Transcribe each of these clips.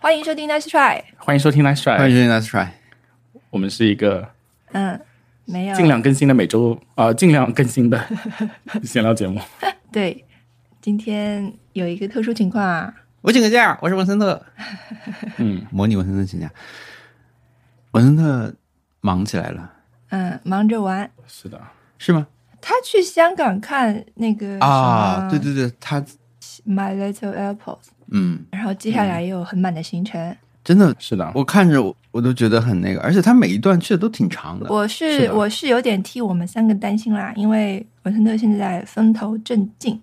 欢迎收听 Nice Try， 欢迎收听 Nice Try， 欢迎收听 Nice Try。 我们是一个没有尽量更新的尽量更新的闲聊节目。 对，今天有一个特殊情况啊， 我请个假，我是文森特。模拟文森特请假。文森特忙起来了。 忙着玩。 是的， 是吗？ 他去香港看那个啊，对对对，他 My Little Airport， 然后接下来也有很满的行程。 真的是的， 我看着我都觉得很那个，而且他每一段去的都挺长的。 我是有点替我们三个担心啦，因为文森特现在风头正劲。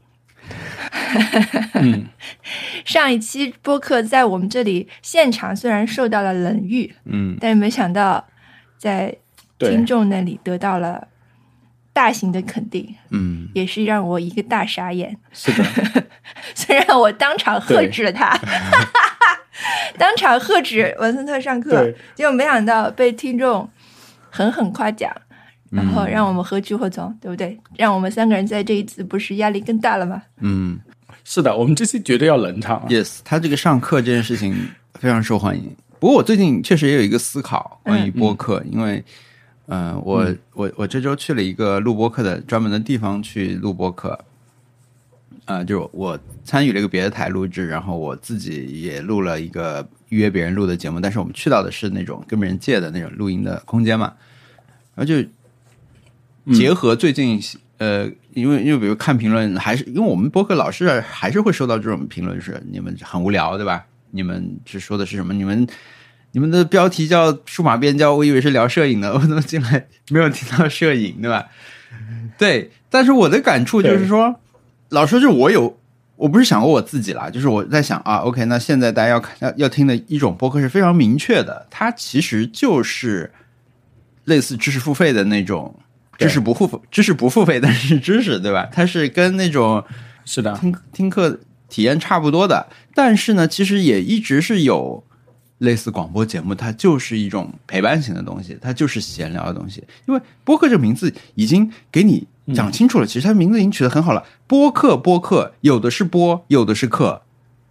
上一期播客在我们这里现场虽然受到了冷遇，但是没想到在听众那里得到了大型的肯定，也是让我一个大傻眼。 是的， 虽然我当场喝止了他，当场喝止文森特上课，结果没想到被听众狠狠夸奖，然后让我们何去何从，对不对？让我们三个人在这一次不是压力更大了吗？ 是的，我们这期绝对要冷场。 Yes， 他这个上课这件事情非常受欢迎。不过我最近确实也有一个思考关于播客，因为我这周去了一个录播客的专门的地方去录播客，就是我参与了一个别的台录制，然后我自己也录了一个约别人录的节目，但是我们去到的是那种跟别人借的那种录音的空间嘛，然后就结合最近因为比如看评论，还是因为我们播客老是还是会收到这种评论，是你们很无聊，对吧？你们是说的是什么？你们的标题叫数码变焦，我以为是聊摄影的，我怎么进来没有听到摄影，对吧？对，但是我的感触就是说，老说就是我不是想过我自己啦，就是我在想啊 ，OK， 那现在大家要听的一种播客是非常明确的，它其实就是类似知识付费的那种。知识不付费，但是知识，对吧？它是跟那种是的听课体验差不多的，但是呢，其实也一直是有类似广播节目，它就是一种陪伴型的东西，它就是闲聊的东西。因为播客这个名字已经给你讲清楚了，其实它名字已经取得很好了。播客有的是播，有的是课。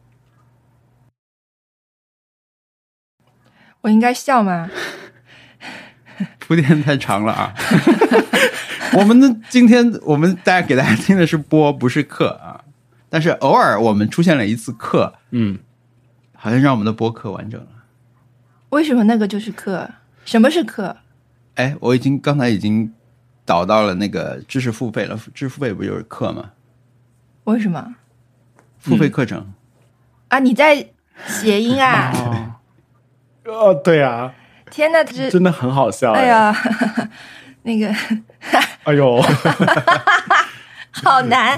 我应该笑吗？ 铺垫太长了啊！今天我们给大家听的是播，不是课啊。但是偶尔我们出现了一次课，好像让我们的播客完整了。 为什么那个就是课？什么是课？ 哎，我刚才已经导到了那个知识付费了，知识付费不就是课吗？ 为什么？ 付费课程啊？你在谐音啊？ 对啊。 天哪，这真的很好笑。 哎呀，那个， 哎呦， 好难。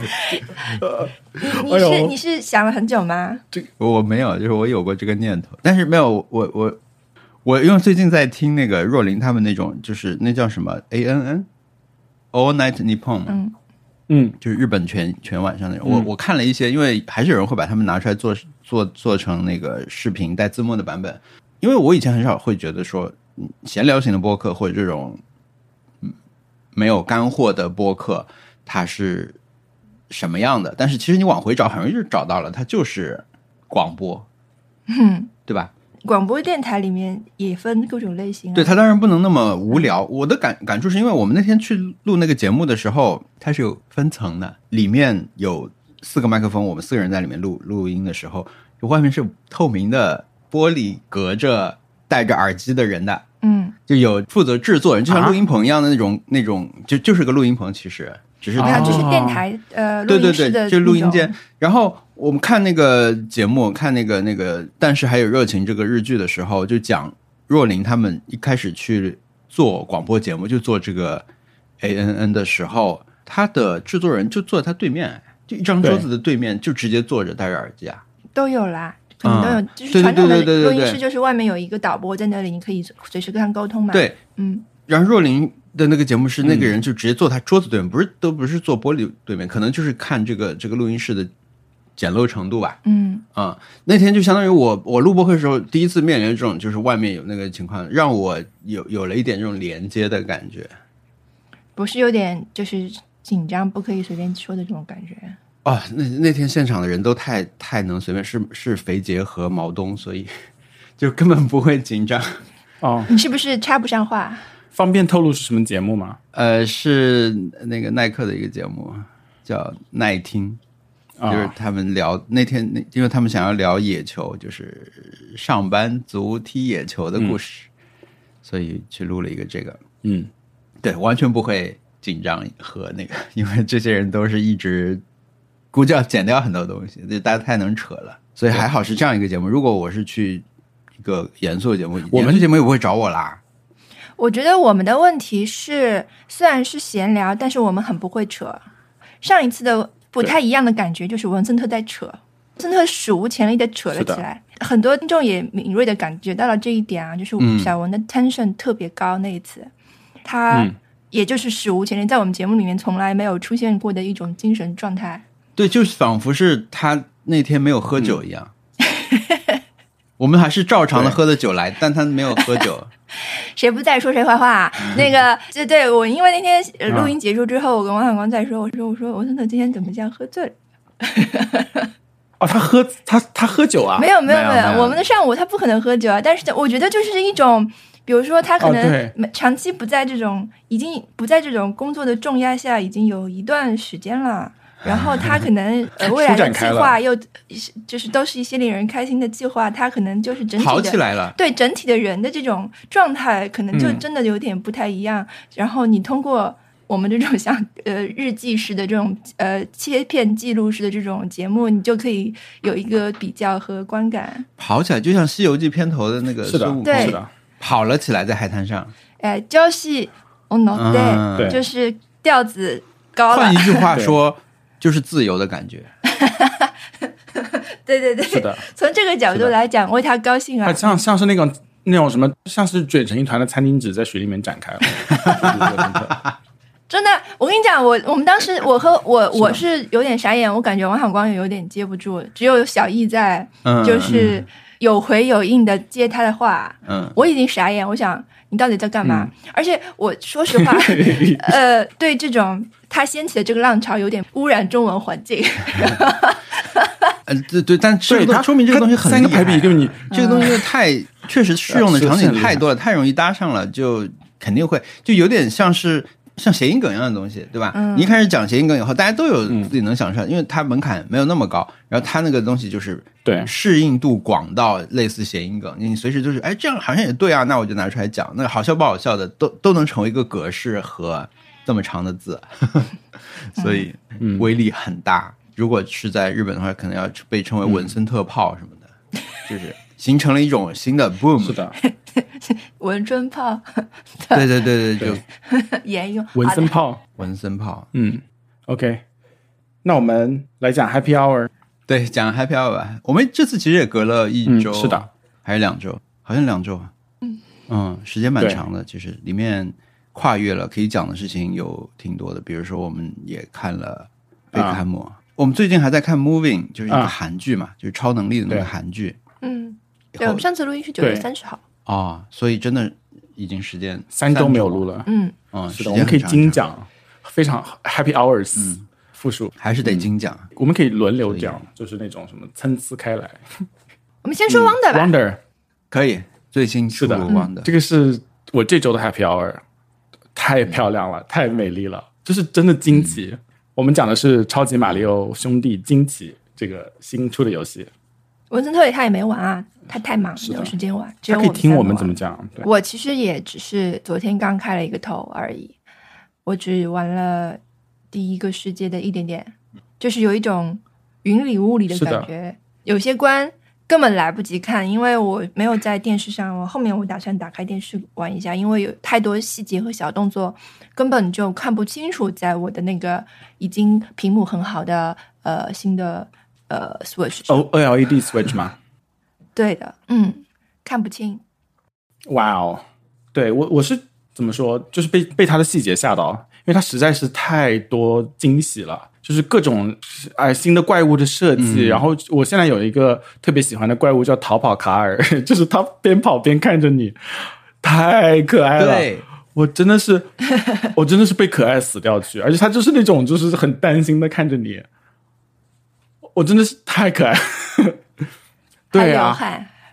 你是想了很久吗？ 我没有，就是我有过这个念头，但是没有。我因为最近在听那个若琳他们那种，就是那叫什么 ANN All Night Nippon，就是日本全晚上那种。我看了一些，因为还是有人会把他们拿出来做成那个视频带字幕的版本。因为我以前很少会觉得说闲聊型的播客或者这种没有干货的播客它是什么样的，但是其实你往回找很容易就找到了，它就是广播，对吧？ 广播电台里面也分各种类型对，它当然不能那么无聊。我的感触是因为我们那天去录那个节目的时候，它是有分层的，里面有4个麦克风，我们4个人在里面录音的时候，外面是透明的玻璃隔着戴着耳机的人的，就有负责制作人，就像录音棚一样的那种，就是个录音棚，其实只是就是电台录音室的， 对，就录音间。然后我们看那个节目，看那个，但是还有热情这个日剧的时候，就讲若琳他们一开始去做广播节目，就做这个 ANN 的时候，他的制作人就坐在他对面，就一张桌子的对面，就直接坐着戴着耳机啊， 都有啦。可能都有，就是传统的录音室，就是外面有一个导播在那里，你可以随时跟他沟通嘛。 对，然后若琳的那个节目是那个人就直接坐他桌子对面，都不是坐玻璃对面，可能就是看这个录音室的简陋程度吧。那天就相当于我录播客的时候第一次面临这种就是外面有那个情况，让我有了一点这种连接的感觉。 不是有点就是紧张，不可以随便说的这种感觉。 那天现场的人都太能随便，是肥杰和毛东，所以就根本不会紧张。 哦， 你是不是插不上话？ 方便透露是什么节目吗？ 是那个耐克的一个节目，叫耐听。就是他们聊那天，因为他们想要聊野球，就是上班族踢野球的故事，所以去录了一个这个。对，完全不会紧张和那个，因为这些人都是一直估计要剪掉很多东西，就大家太能扯了，所以还好是这样一个节目。如果我是去一个严肃的节目，严肃节目也不会找我啦。 我觉得我们的问题是，虽然是闲聊，但是我们很不会扯。上一次的不太一样的感觉就是文森特在扯，文森特史无前例的扯了起来，很多听众也敏锐的感觉到了这一点啊，就是小文的 tension 特别高那一次，他也就是史无前例，在我们节目里面从来没有出现过的一种精神状态。 对，就是仿佛是他那天没有喝酒一样。我们还是照常的喝的酒来，但他没有喝酒。 谁不在说谁坏话啊？那个，对我，因为那天录音结束之后，我跟王小光在说，我说文森特今天怎么像喝醉了？ 哦，他喝酒啊？ 没有，我们的上午他不可能喝酒啊。但是我觉得就是一种，比如说他可能长期不在这种，已经不在这种工作的重压下，已经有一段时间了。然后他可能未来的计划又就是都是一些令人开心的计划，他可能就是整体的好起来了， 对整体的人的这种状态可能就真的有点不太一样。然后你通过我们这种像日记式的这种切片记录式的这种节目，你就可以有一个比较和观感。 跑起来就像《西游记》片头的那个孙悟空， 是的， 跑了起来在海滩上。 调戏对，就是调子高了。 换一句话说。就是自由的感觉。 对， 是的。 从这个角度来讲，为他高兴啊！ 像是那种什么，像是卷成一团的餐巾纸在水里面展开了。 真的，我跟你讲，我们当时我是有点傻眼，我感觉王小光也有点接不住，只有小易在，就是有回有应的接他的话。我已经傻眼，我想你到底在干嘛？而且我说实话，对这种他掀起的这个浪潮有点污染中文环境。 对，但这个说明这个东西很厉害。 三个排比对你这个东西确实适用的场景太多了，太容易搭上了，就肯定会就有点像谐音梗一样的东西，对吧？你一开始讲谐音梗以后，大家都有自己能想出来，因为它门槛没有那么高，然后它那个东西就是对适应度广到类似谐音梗，你随时就是这样好像也对啊，那我就拿出来讲，那好笑不好笑的都能成为一个格式和这么长的字，所以威力很大。如果是在日本的话，可能要被称为文森特炮什么的，就是形成了一种新的 boom。 是的， 文春炮。 对，就沿用文森炮。OK， 那我们来讲 Happy Hour。 对，讲 Happy Hour 吧。我们这次其实也隔了1周， 是的， 还是2周？好像2周。时间蛮长的，其实里面跨越了可以讲的事情有挺多的，比如说我们也看了贝克汉姆。我们最近还在看 Moving， 就是一个韩剧嘛，就是超能力的那个韩剧。 对，我们上次录音是9月30号。 所以真的已经时间 3周没有录了。是的，我们可以精讲，非常 Happy Hours。复数还是得精讲， 我们可以轮流讲，就是那种什么参差开来。 我们先说 Wonder 吧。 Wonder 可以，最新出的 Wonder， 这个是我这周的 Happy Hour， 太漂亮了，太美丽了，就是真的惊奇。我们讲的是超级马里奥兄弟惊奇这个新出的游戏。 文森特他也没玩啊，他太忙没有时间玩，只有他可以听我们怎么讲。 我其实也只是昨天刚开了一个头而已，我只玩了第一个世界的一点点，就是有一种云里雾里的感觉。有些关根本来不及看，因为我没有在电视上，后面我打算打开电视玩一下，因为有太多细节和小动作根本就看不清楚，在我的那个已经屏幕很好的新的Switch OLED Switch 吗？ 对的，看不清。 哇哦，对，我是怎么说，就是被它的细节吓到，因为它实在是太多惊喜了，就是各种新的怪物的设计。然后我现在有一个特别喜欢的怪物叫逃跑卡尔，就是他边跑边看着你，太可爱了。对，我真的是被可爱死掉去，而且他就是那种就是很担心的看着你，我真的是太可爱。对啊，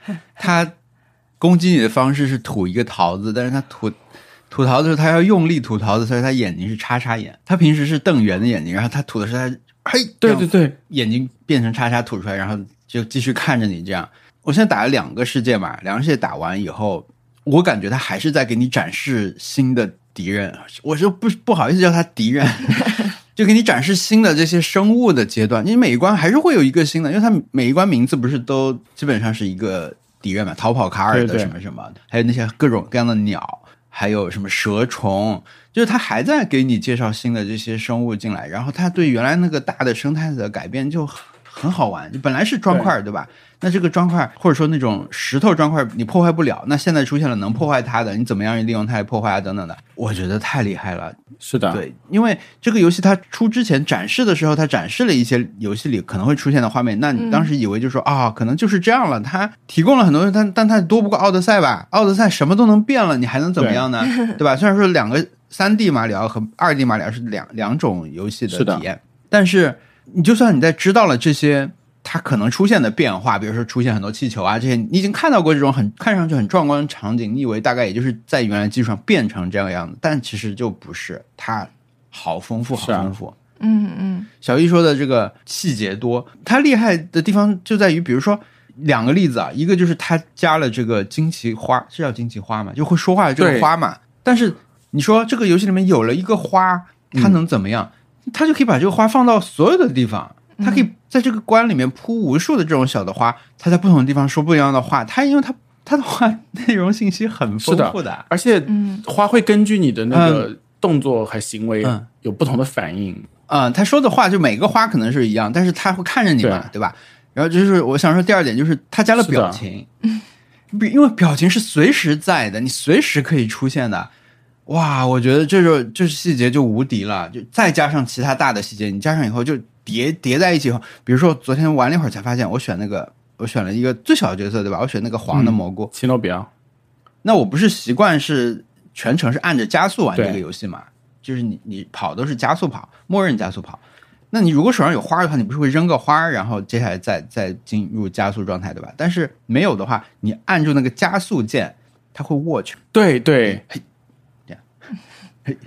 他攻击你的方式是吐一个桃子，但是他吐桃子的时候他要用力吐桃子，所以他眼睛是叉叉眼。他平时是瞪圆的眼睛，然后他吐的时候他嘿， 对对对， 眼睛变成叉叉吐出来，然后就继续看着你这样。我现在打了2个世界嘛，2个世界打完以后，我感觉他还是在给你展示新的敌人，我就不好意思叫他敌人就给你展示新的这些生物的阶段。你每一关还是会有一个新的，因为它每一关名字不是都基本上是一个敌人嘛，逃跑卡尔的什么什么，还有那些各种各样的鸟，还有什么蛇虫，就是他还在给你介绍新的这些生物进来，然后他对原来那个大的生态的改变就很好玩。本来是砖块 对吧，那这个砖块或者说那种石头砖块你破坏不了，那现在出现了能破坏它的，你怎么样利用它来破坏啊等等的，我觉得太厉害了。 是的， 对，因为这个游戏它出之前展示的时候，它展示了一些游戏里可能会出现的画面，那你当时以为就说可能就是这样了，它提供了很多，但它多不过奥德赛吧，奥德赛什么都能变了，你还能怎么样呢？ 对吧？虽然说两个 3D 马里奥和2D 马里奥是两种游戏的体验，但是你就算你在知道了这些它可能出现的变化，比如说出现很多气球啊这些，你已经看到过这种看上去很壮观的场景，你以为大概也就是在原来基础上变成这样的样子，但其实就不是，它好丰富好丰富。小易说的这个细节多，它厉害的地方就在于比如说2个例子啊，一个就是它加了这个惊奇花，是叫惊奇花嘛，就会说话的这个花嘛，但是你说这个游戏里面有了一个花它能怎么样，它就可以把这个花放到所有的地方，它可以在这个关里面铺无数的这种小的花，它在不同的地方说不一样的话，它因为它的话内容信息很丰富的， 而且花会根据你的那个动作和行为有不同的反应。 他说的话就每个花可能是一样，但是他会看着你嘛， 对吧？然后就是我想说第2点就是他加了表情，因为表情是随时在的，你随时可以出现的。哇，我觉得这细节就无敌了，就再加上其他大的细节，你加上以后就叠在一起以后，比如说昨天玩了一会儿才发现我选了一个最小的角色，对吧？我选那个黄的蘑菇奇诺比奥。 那我不是习惯是全程是按着加速玩这个游戏嘛，就是你跑都是加速跑，默认加速跑。那你如果手上有花的话，你不是会扔个花，然后接下来再进入加速状态，对吧？但是没有的话，你按住那个加速键，它会watch。对对，嘿，这样，嘿，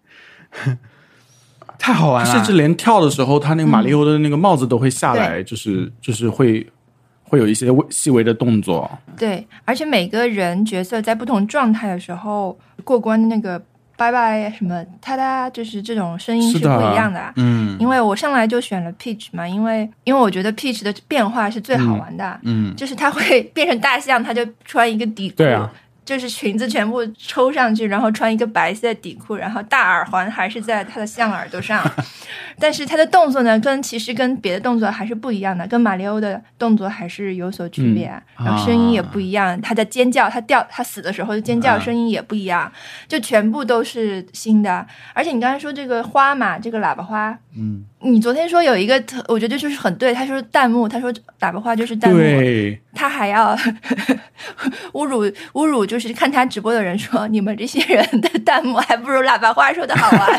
太好玩了。 甚至连跳的时候，他那个马里奥的那个帽子都会下来，就是会有一些细微的动作。 对，而且每个人角色在不同状态的时候过关的那个拜拜什么哒哒，就是这种声音是不一样的。因为我上来就选了 Peach 嘛，因为我觉得 Peach 的变化是最好玩的。就是它会变成大象，它就穿一个底裤。 对啊。 就是裙子全部抽上去，然后穿一个白色底裤，然后大耳环还是在他的象耳朵上。但是他的动作呢，其实跟别的动作还是不一样的，跟马里奥的动作还是有所区别。然后声音也不一样，他的尖叫，他死的时候的尖叫声音也不一样，就全部都是新的。而且你刚才说这个花嘛，这个喇叭花，你昨天说有一个我觉得就是很对，他说弹幕，他说喇叭花就是弹幕， 对， 他还要侮辱，就是看他直播的人说你们这些人的弹幕还不如喇叭花说的好玩。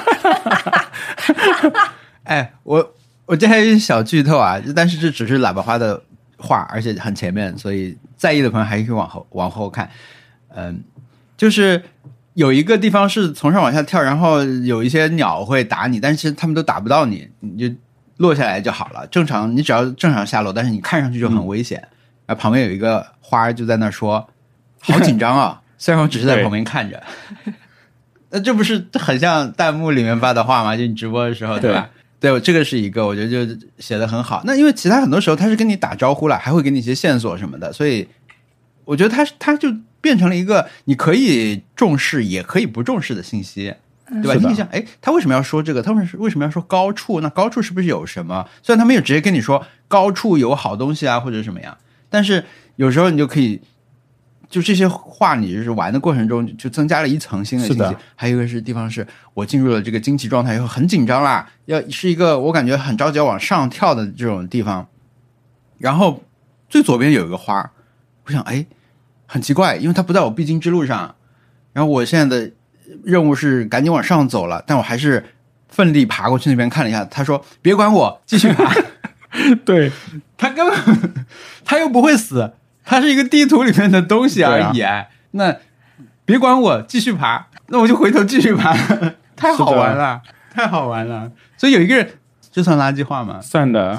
哎，我这还有一小剧透啊，但是这只是喇叭花的话，而且很前面，所以在意的朋友还可以往后看。就是有一个地方是从上往下跳，然后有一些鸟会打你，但是他们都打不到你，你就落下来就好了。正常你只要正常下落，但是你看上去就很危险。然后旁边有一个花就在那说好紧张啊，虽然我只是在旁边看着。那这不是很像弹幕里面发的话吗？就你直播的时候，对吧？对，这个是一个我觉得就写得很好。那因为其他很多时候他是跟你打招呼了，还会给你一些线索什么的，所以我觉得他就变成了一个你可以重视也可以不重视的信息，对吧？你想，哎，他为什么要说这个？他为什么要说高处？那高处是不是有什么？虽然他没有直接跟你说高处有好东西啊，或者什么样，但是有时候你就可以，就这些话，你就是玩的过程中就增加了一层新的信息。还有一个是地方是我进入了这个惊奇状态以后很紧张啦，要是一个我感觉很着急要往上跳的这种地方，然后最左边有一个花，我想，哎，很奇怪，因为它不在我必经之路上，然后我现在的任务是赶紧往上走了，但我还是奋力爬过去那边看了一下，他说别管我继续爬。 对， 他根本他又不会死， 它是一个地图里面的东西而已。那别管我，继续爬，那我就回头继续爬，太好玩了，太好玩了。所以有一个人，这算垃圾话吗？ 算的，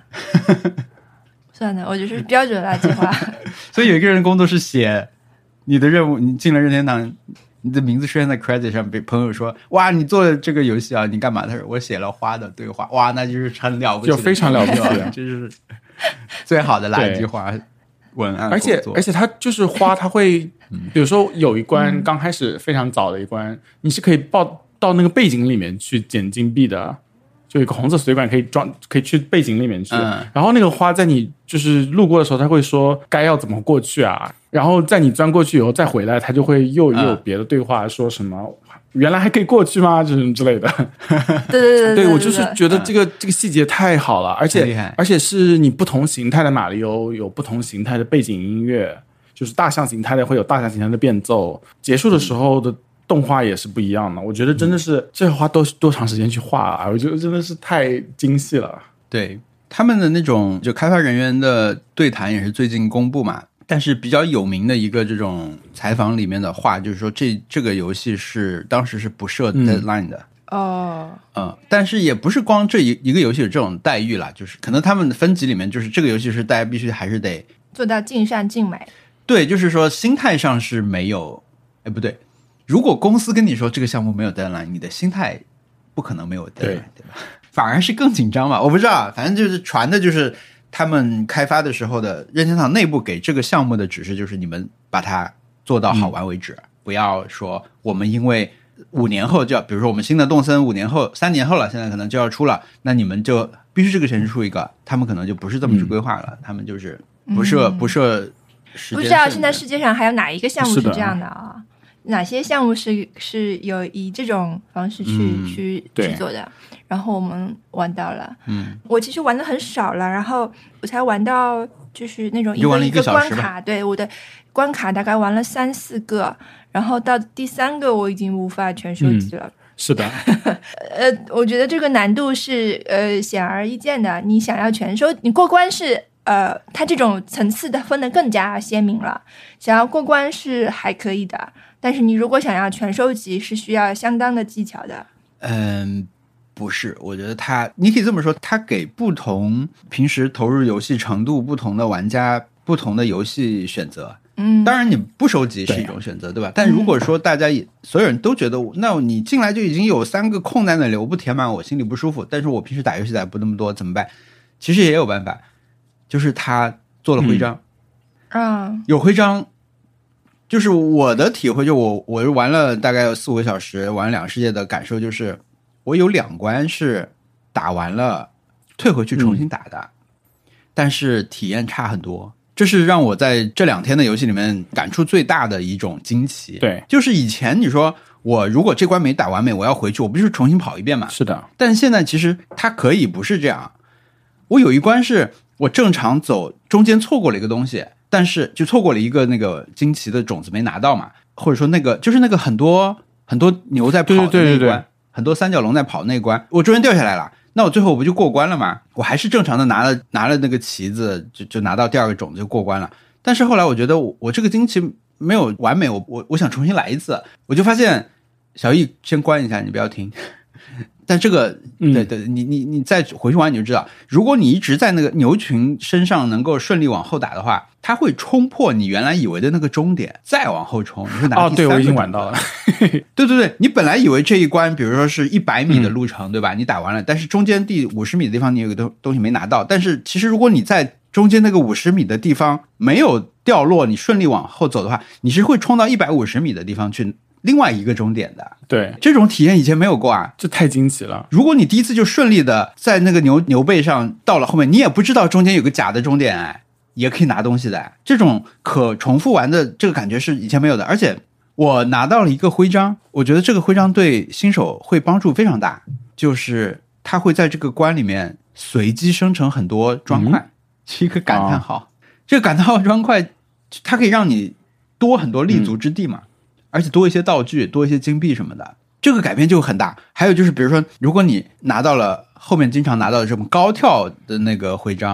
我就是标准垃圾话。 所以有一个人工作是写你的任务，你进了任天堂，你的名字出现在 credit 上，被朋友说哇你做了这个游戏啊，你干嘛？他说我写了花的对话。哇，那就是很了不起， 就非常了不起， 这是最好的垃圾话文案。而且它就是花，它会比如说有一关刚开始非常早的一关，你是可以到那个背景里面去捡金币的，就有一个红色水管可以去背景里面去，然后那个花在你就是路过的时候，他会说该要怎么过去啊，然后在你钻过去以后再回来，他就会又有别的对话，说什么原来还可以过去吗？这种之类的。 对， 我就是觉得这个细节太好了，而且是你不同形态的马里奥有不同形态的背景音乐，就是大象形态的会有大象形态的变奏，结束的时候的动画也是不一样的。我觉得真的是这花多长时间去画啊，我觉得真的是太精细了。 对，他们的那种就开发人员的对谈也是最近公布嘛，但是比较有名的一个这种采访里面的话就是说这个游戏是当时是不设 deadline 的。但是也不是光这一个游戏有这种待遇啦，就是可能他们的分级里面就是这个游戏是大家必须还是得做到尽善尽美。 对，就是说心态上是没有，不对，如果公司跟你说这个项目没有 deadline， 你的心态不可能没有 deadline， 对吧？反而是更紧张吧，我不知道，反正就是传的就是他们开发的时候的任天堂内部给这个项目的指示就是你们把它做到好玩为止，不要说我们因为5年后就要，比如说我们新的动森5年后3年后了，现在可能就要出了，那你们就必须这个城市出一个，他们可能就不是这么去规划了，他们就是不设时间， 不知道现在世界上还有哪一个项目是这样的啊？哪些项目是有以这种方式去做的？然后我们玩到了，我其实玩的很少了，然后我才玩到就是那种一个关卡，对，我的关卡大概玩了3-4个，然后到第3个我已经无法全收集了。 是的， 我觉得这个难度是显而易见的，你想要全收，你过关是。它这种层次的分得更加鲜明了，想要过关是还可以的，但是你如果想要全收集是需要相当的技巧的。 不是，我觉得你可以这么说，它给不同平时投入游戏程度不同的玩家不同的游戏选择。当然你不收集是一种选择， 对吧？但如果说大家所有人都觉得那你进来就已经有3个空在那里，我不填满我心里不舒服，但是我平时打游戏打不那么多怎么办？其实也有办法，就是他做了徽章。有徽章，就是我的体会，就我玩了大概有4-5个小时，玩2世界的感受就是我有2关是打完了退回去重新打的，但是体验差很多，这是让我在这2天的游戏里面感触最大的一种惊奇。 对， 就是以前你说我如果这关没打完美，我要回去，我不就是重新跑一遍嘛？ 是的。 但现在其实它可以不是这样，我有一关是我正常走，中间错过了一个东西，但是就错过了一个那个惊奇的种子没拿到嘛，或者说那个就是那个很多牛在跑的那一关，很多3角龙在跑那一关，我中间掉下来了，那我最后我不就过关了吗？我还是正常的拿了那个旗子，就拿到第2个种子就过关了。但是后来我觉得我这个惊奇没有完美，我想重新来一次，我就发现小易先关一下，你不要听。但这个对，你再回去玩你就知道，如果你一直在那个牛群身上能够顺利往后打的话，它会冲破你原来以为的那个终点，再往后冲，你会拿第3个。 对，我已经玩到了。 对，你本来以为这一关比如说是100米的路程，对吧？你打完了，但是中间第50米的地方你有个东西没拿到，但是其实如果你在中间那个50米的地方没有掉落，你顺利往后走的话，你是会冲到150米的地方去另外一个终点的。 对， 这种体验以前没有过啊， 这太惊奇了。 如果你第一次就顺利的在那个牛背上到了后面，你也不知道中间有个假的终点，也可以拿东西的，这种可重复玩的这个感觉是以前没有的。而且我拿到了一个徽章，我觉得这个徽章对新手会帮助非常大，就是它会在这个关里面随机生成很多砖块，是一个感叹号。这个感叹号砖块它可以让你多很多立足之地嘛，而且多一些道具，多一些金币什么的，这个改变就很大。还有就是比如说如果你拿到了后面经常拿到的这种高跳的那个徽章，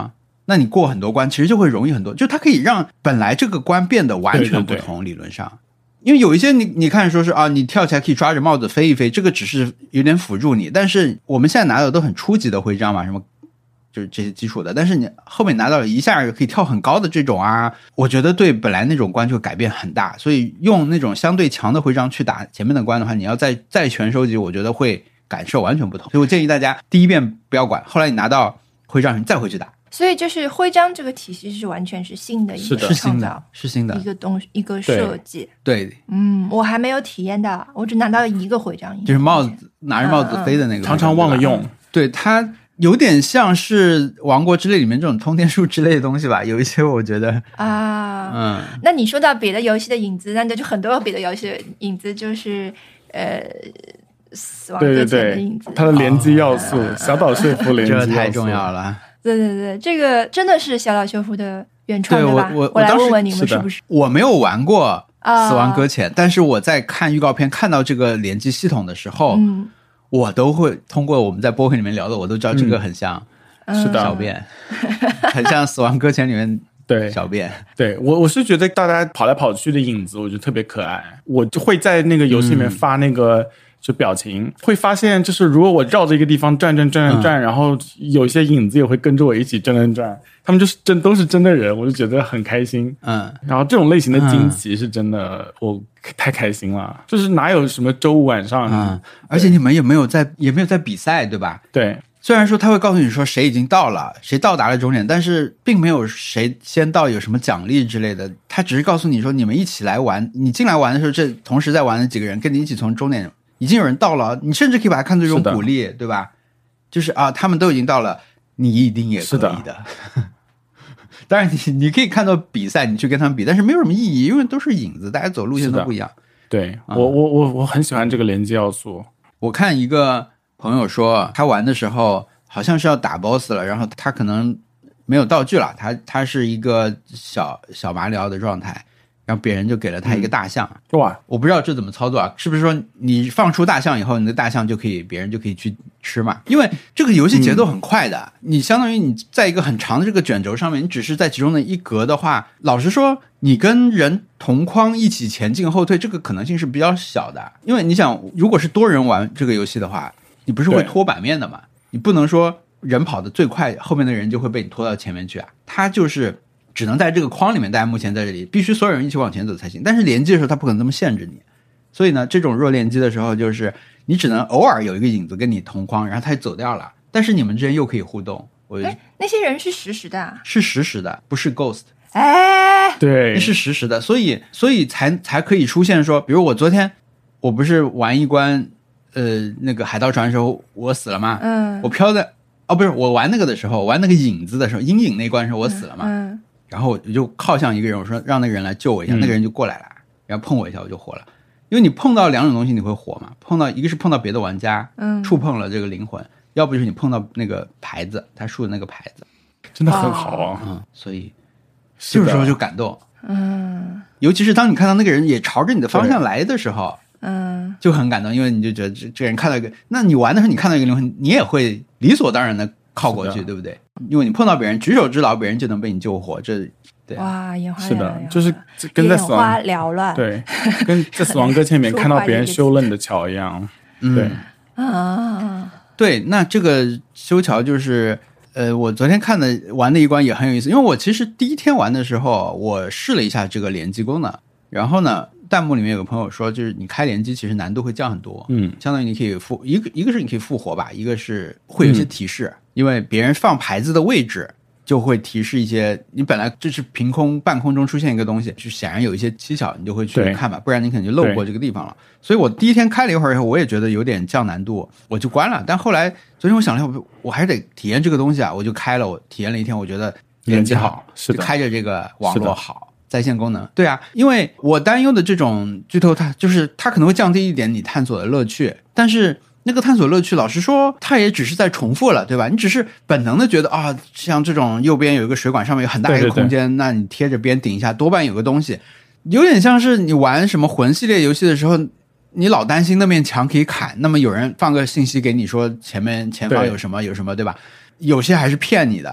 那你过很多关其实就会容易很多，就它可以让本来这个关变得完全不同，理论上。因为有一些你看说是啊，你跳起来可以抓着帽子飞一飞，这个只是有点辅助你，但是我们现在拿到的都很初级的徽章嘛，什么就是这些基础的，但是你后面拿到了一下可以跳很高的这种啊，我觉得对本来那种关就改变很大，所以用那种相对强的徽章去打前面的关的话，你要再全收集，我觉得会感受完全不同。所以我建议大家第一遍不要管，后来你拿到徽章你再回去打。 所以就是徽章这个体系是完全是新的一个创造， 是新的一个东西，一个设计。 对， 我还没有体验到，我只拿到了一个徽章， 就是帽子拿着帽子飞的那个， 常常忘了用。 对，它有点像是王国之泪里面这种通天术之类的东西吧，有一些我觉得那你说到别的游戏的影子，那就很多别的游戏的影子就是死亡搁浅的影子， 对，它的联机要素，小岛秀夫联机要素， 这太重要了。 对，这个真的是小岛秀夫的原创对吧？ 我来问问你们是不是？ 我没有玩过死亡搁浅，但是我在看预告片看到这个联机系统的时候，我都会通过我们在播客里面聊的，我都知道这个很像是的小便，很像死亡搁浅里面对小便。 对，我是觉得大家跑来跑去的影子，我觉得特别可爱。我就会在那个游戏里面发那个就表情，会发现就是如果我绕着一个地方转，然后有一些影子也会跟着我一起转，他们就是都是真的人，我就觉得很开心。然后这种类型的惊奇是真的，我太开心了。就是哪有什么周五晚上， 而且你们也没有在比赛，对吧？ 对。 虽然说他会告诉你说谁已经到了，谁到达了终点，但是并没有谁先到有什么奖励之类的，他只是告诉你说你们一起来玩，你进来玩的时候，这同时在玩的几个人跟你一起从终点已经有人到了，你甚至可以把它看作一种鼓励，对吧？就是啊，他们都已经到了，你一定也可以的。当然你可以看到比赛，你去跟他们比，但是没有什么意义，因为都是影子，大家走路线都不一样。 对，我很喜欢这个连接要素。 我看一个朋友说他玩的时候好像是要打 boss 了，然后他可能没有道具了，他是一个小马里奥的状态，然后别人就给了他一个大象。 哇， 我不知道这怎么操作啊？是不是说你放出大象以后，你的大象就可以，别人就可以去吃嘛？因为这个游戏节奏很快的，你相当于你在一个很长的这个卷轴上面，你只是在其中的一格的话，老实说，你跟人同框一起前进后退，这个可能性是比较小的。因为你想，如果是多人玩这个游戏的话，你不是会拖版面的嘛？你不能说人跑得最快，后面的人就会被你拖到前面去啊。他就是只能在这个框里面，大家目前在这里必须所有人一起往前走才行。但是联机的时候他不可能这么限制你，所以呢，这种弱联机的时候就是你只能偶尔有一个影子跟你同框，然后他就走掉了，但是你们之间又可以互动。 那些人是实时的啊？ 是实时的，不是 ghost。 对， 是实时的，所以才可以出现说，比如我昨天我不是玩一关那个海盗船的时候我死了吗？我飘在不是，我玩那个的时候，玩那个影子的时候，阴影那关的时候我死了嘛。然后我就靠向一个人，我说让那个人来救我一下，那个人就过来了，然后碰我一下我就活了。因为你碰到两种东西你会活嘛，一个是碰到别的玩家，触碰了这个灵魂，要不就是你碰到那个牌子，他竖的那个牌子， 真的很好啊。 所以这个时候就感动。尤其是当你看到那个人也朝着你的方向来的时候，就很感动，因为你就觉得这人看到一个，那你玩的时候你看到一个灵魂，你也会理所当然的靠过去，对不对？因为你碰到别人举手之劳，别人就能被你救活，这对哇，眼花是的，就是跟在死亡缭乱， 对，跟在死亡搁浅里面看到别人修了你的桥一样，对对，那这个修桥就是我昨天玩的一关也很有意思，因为我其实第一天玩的时候，我试了一下这个联机功能，然后呢，弹幕里面有个朋友说，就是你开联机其实难度会降很多，相当于你可以一个是你可以复活吧，一个是会有一些提示，因为别人放牌子的位置就会提示一些，你本来就是凭空半空中出现一个东西，就显然有一些蹊跷，你就会去看吧，不然你可能就漏过这个地方了。所以我第一天开了一会儿以后，我也觉得有点降难度，我就关了。但后来昨天我想了一下，我还是得体验这个东西啊，我就开了，我体验了一天，我觉得联机好， 是的， 就开着这个网络好。在线功能，对啊，因为我担忧的这种剧透，它可能会降低一点你探索的乐趣，但是那个探索乐趣，老实说，它也只是在重复了，对吧？你只是本能的觉得啊，像这种右边有一个水管，上面有很大一个空间，那你贴着边顶一下，多半有个东西，有点像是你玩什么魂系列游戏的时候，你老担心那面墙可以砍，那么有人放个信息给你说前方有什么，对吧？有些还是骗你的。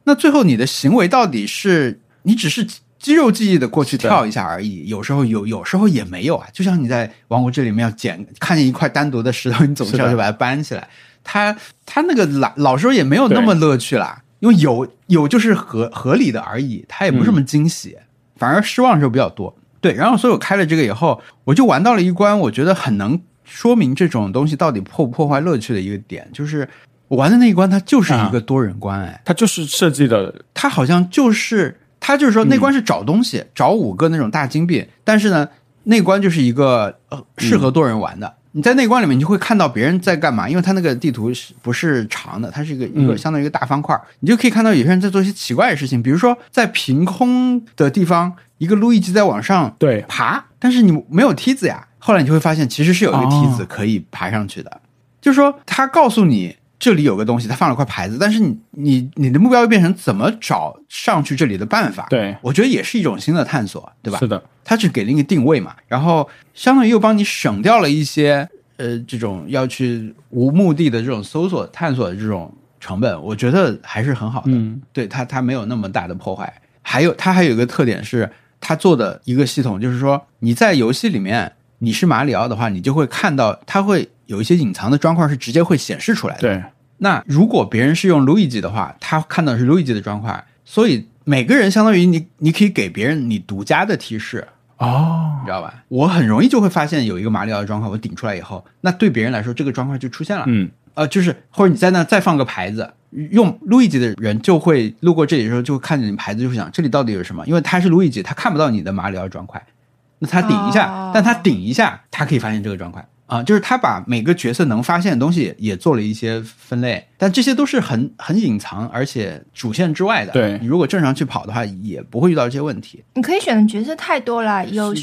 那最后你的行为到底是你只是肌肉记忆的过去跳一下而已，有时候有时候也没有啊。就像你在王国志里面要看见一块单独的石头，你总是要去把它搬起来，他那个老时候也没有那么乐趣啦，因为有就是合理的而已，他也不是什么惊喜，反而失望的时候比较多。对，然后所以我开了这个以后，我就玩到了一关，我觉得很能说明这种东西到底破不破坏乐趣的一个点，就是我玩的那一关它就是一个多人关， 它就是设计的， 它好像就是它就是说那关是找东西，找5个那种大金币，但是呢那关就是一个适合多人玩的。你在那关里面你就会看到别人在干嘛，因为它那个地图不是长的，它是一个相当于一个大方块，你就可以看到有些人在做一些奇怪的事情，比如说在凭空的地方一个路易吉在往上爬，但是你没有梯子呀，后来你就会发现其实是有一个梯子可以爬上去的，就是说他告诉你这里有个东西，他放了块牌子，但是你的目标会变成怎么找上去这里的办法。 对， 我觉得也是一种新的探索，对吧？ 是的， 他只给了一个定位嘛，然后相当于又帮你省掉了一些这种要去无目的的这种搜索探索的这种成本，我觉得还是很好的。对，他没有那么大的破坏。他还有一个特点是他做的一个系统，就是说你在游戏里面你是马里奥的话，你就会看到他会有一些隐藏的砖块是直接会显示出来的。 对， 那如果别人是用路易吉的话，他看到的是路易吉的砖块，所以每个人相当于你可以给别人你独家的提示你知道吧？我很容易就会发现有一个马里奥的砖块，我顶出来以后，那对别人来说这个砖块就出现了。就是或者你在那再放个牌子，用路易吉的人就会路过这里的时候就会看见你牌子，就会想这里到底有什么，因为他是路易吉，他看不到你的马里奥砖块，那他顶一下，但他顶一下他可以发现这个砖块就是他把每个角色能发现的东西也做了一些分类，但这些都是很隐藏而且主线之外的。 对， 你如果正常去跑的话也不会遇到这些问题。 你可以选的角色太多了，有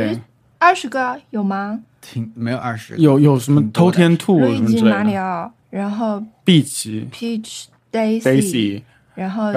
10、20个有吗？ 没有20个， 有什么偷天兔路易吉、马里奥，然后碧奇、 Peach、Daisy， 然后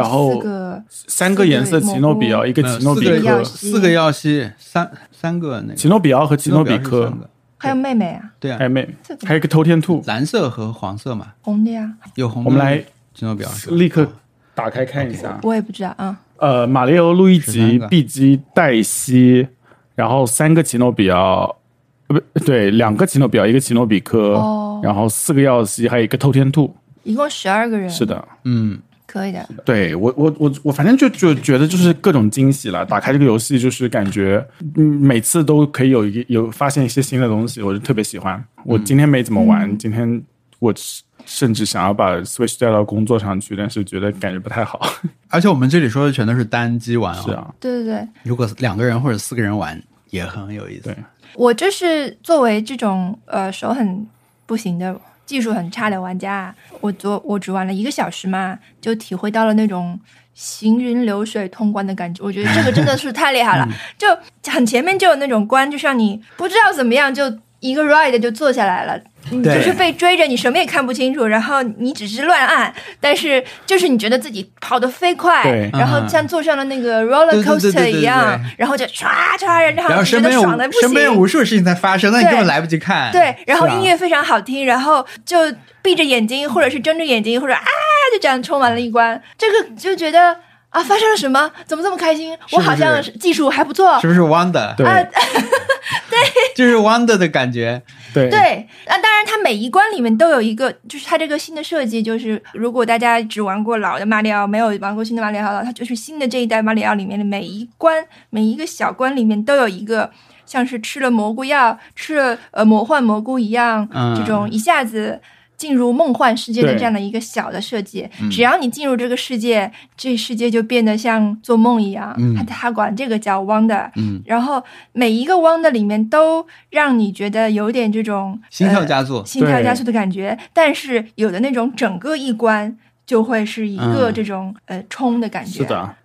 3个颜色奇诺比奥，一个奇诺比克 ，4个耀西，三个那个奇诺比奥和奇诺比克， 还有妹妹啊， 对啊， 还有妹妹，还有一个偷天兔， 蓝色和黄色嘛， 红的呀， 有红的。 我们来奇诺比奥立刻打开看一下， 我也不知道啊。 马里奥、路易吉、碧基、黛西，然后3个奇诺比奥，不对，2个奇诺比奥，一个奇诺比克，然后4个耀西，还有一个偷天兔， 一共12个人。 是的， 可以的。 对，我反正就觉得就是各种惊喜了。打开这个游戏就是感觉，每次都可以有发现一些新的东西，我就特别喜欢。我今天没怎么玩，今天我甚至想要把 Switch 带到工作上去，但是觉得感觉不太好。 而且我们这里说的全都是单机玩是啊， 对对对。如果2个人或者4个人玩也很有意思。 对， 我就是作为这种手很不行的。技术很差的玩家，我只玩了1个小时嘛，就体会到了那种行云流水通关的感觉。我觉得这个真的是太厉害了，就很前面就有那种关，就像你不知道怎么样就一个 ride 就坐下来了，你就是被追着，你什么也看不清楚，然后你只是乱按，但是就是你觉得自己跑得飞快，然后像坐上了那个 roller coaster 一样，然后就唰唰，然后觉得爽的不行， 身边有无数事情在发生，那你根本来不及看。 对，然后音乐非常好听，然后就闭着眼睛或者是睁着眼睛，或者就这样冲完了一关，这个就觉得发生了什么？怎么这么开心？我好像技术还不错， 是不是 Wonder？ 对， 对， 就是 Wonder 的感觉。 对， 当然它每一关里面都有一个，就是它这个新的设计，就是如果大家只玩过老的马里奥，没有玩过新的马里奥，它就是新的这一代马里奥里面的每一关，每一个小关里面都有一个像是吃了蘑菇药、吃了魔幻蘑菇一样，这种一下子进入梦幻世界的这样的一个小的设计。只要你进入这个世界，这世界就变得像做梦一样。他管这个叫 Wonder。然后每一个 Wonder 里面都让你觉得有点这种心跳加速、 心跳加速的感觉，但是有的那种整个一关就会是一个这种冲的感觉。 是的。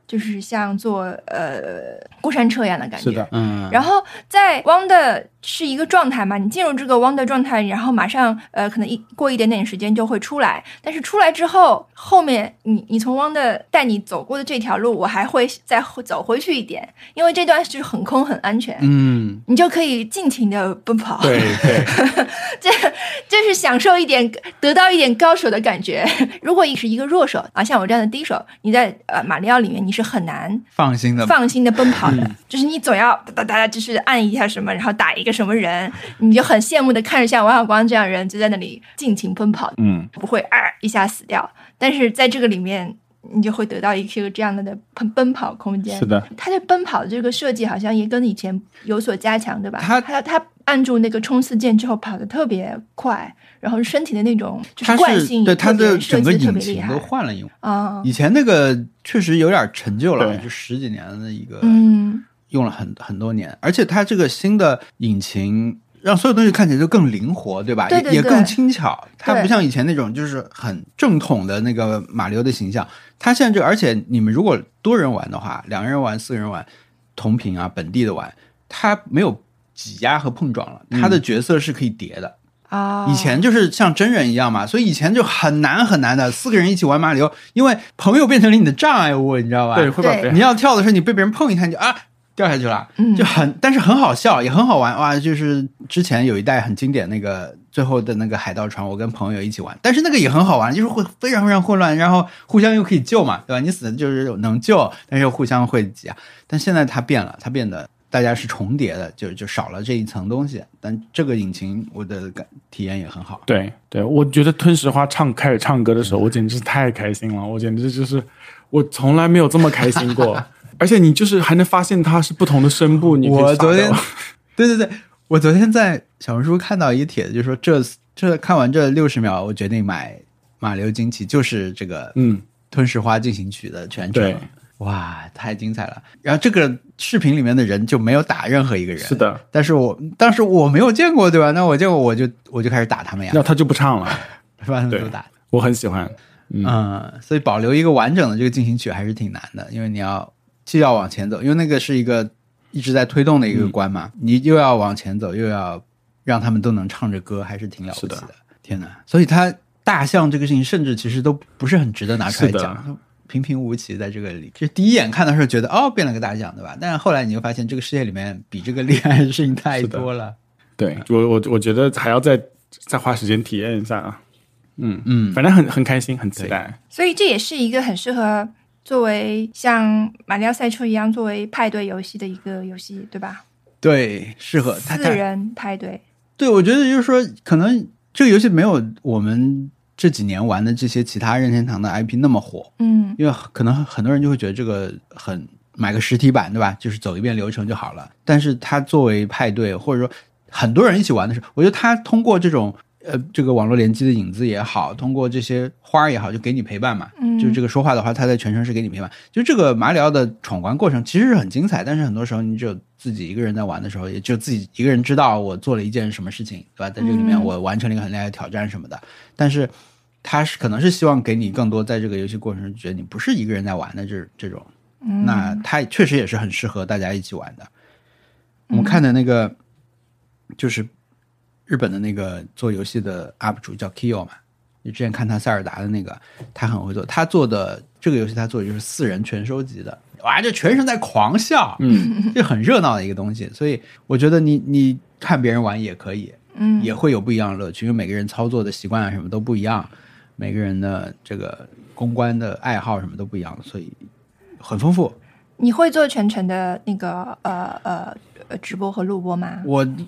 就是像坐过山车一样的感觉。 是的， 然后在 Wonder 是一个状态嘛，你进入这个 Wonder 状态，然后马上可能过一点点时间就会出来，但是出来之后，后面你从 Wonder 带你走过的这条路，我还会再走回去一点，因为这段是很空很安全，你就可以尽情的奔跑。 对对， 这是享受一点，得到一点高手的感觉。如果你是一个弱手啊，像我这样的低手，你在马里奥里面你是很难放心的奔跑的，就是你总要大家就是按一下什么，然后打一个什么人，你就很羡慕的看着像王小光这样人就在那里尽情奔跑，不会一下死掉。但是在这个里面，你就会得到一个这样的奔跑空间。 是的， 他对奔跑的这个设计好像也跟以前有所加强，对吧？他按住那个冲刺键之后跑得特别快，然后身体的那种就是惯性， 对他的整个引擎都换了以前那个确实有点陈旧了，就10几年的一个，用了很多年，而且它这个新的引擎让所有东西看起来就更灵活，对吧？ 对对对， 也更轻巧。它不像以前那种就是很正统的那个马里奥的形象。它现在这个，而且你们如果多人玩的话，2人玩、4人玩，同屏啊，本地的玩，它没有挤压和碰撞了，它的角色是可以叠的。以前就是像真人一样嘛，所以以前就很难的，4个人一起玩马里奥，因为朋友变成了你的障碍物，你知道吧？ 对，会把你要跳的时候，你被别人碰一下，你就掉下去了，就但是很好笑，也很好玩哇！就是之前有一代很经典那个最后的那个海盗船，我跟朋友一起玩，但是那个也很好玩，就是会非常非常混乱，然后互相又可以救嘛，对吧？你死就是能救，但是又互相会挤啊。但现在它变了，它变得大家是重叠的，就少了这一层东西。但这个引擎我的体验也很好。 对对，我觉得吞石花开始唱歌的时候，我简直是太开心了，我简直就是我从来没有这么开心过。而且你就是还能发现它是不同的声部，你可以我昨天对，我昨天在小红书看到一个帖子，就说这看完这60秒，我决定买马里奥惊奇，就是这个吞石花进行曲的全程。 对， 哇，太精彩了！然后这个视频里面的人就没有打任何一个人， 是的。 但是当时我没有见过，对吧？那我见过，我就开始打他们呀。 那他就不唱了， 把他们都打。 我很喜欢， 所以保留一个完整的这个进行曲还是挺难的，因为你既要往前走，因为那个是一个一直在推动的一个关嘛，你又要往前走，又要让他们都能唱着歌，还是挺了不起的。天哪！所以他大象这个事情，甚至其实都不是很值得拿出来讲。平平无奇在这个里，就第一眼看的时候觉得变了个大象，对吧？但是后来你就发现这个世界里面比这个厉害的事情太多了。 对，我觉得还要再花时间体验一下啊。反正很开心，很期待。 所以这也是一个很适合作为像马里奥赛车一样作为派对游戏的一个游戏，对吧？ 对，适合 4人派对。 对，我觉得就是说，可能这个游戏没有我们这几年玩的这些其他任天堂的 IP 那么火，因为可能很多人就会觉得这个买个实体版，对吧？就是走一遍流程就好了。但是它作为派对，或者说很多人一起玩的时候，我觉得它通过这种这个网络联机的影子也好，通过这些花也好，就给你陪伴嘛。就是这个说话的话，它在全程是给你陪伴。就这个马里奥的闯关过程其实是很精彩，但是很多时候你只有自己一个人在玩的时候，也就自己一个人知道我做了一件什么事情，对吧？在这个里面我完成了一个很厉害的挑战什么的。但是他可能是希望给你更多在这个游戏过程中觉得你不是一个人在玩的这种。那它确实也是很适合大家一起玩的。我们看的那个就是日本的那个做游戏的 UP 主叫 Kiyo 嘛，你之前看他塞尔达的那个，他很会做，他做的这个游戏他做的就是4人全收集的，哇，就全程在狂笑，就很热闹的一个东西。所以我觉得你看别人玩也可以，也会有不一样的乐趣，因为每个人操作的习惯啊什么都不一样，每个人的这个公关的爱好什么都不一样，所以很丰富。 你会做全程的那个直播和录播吗？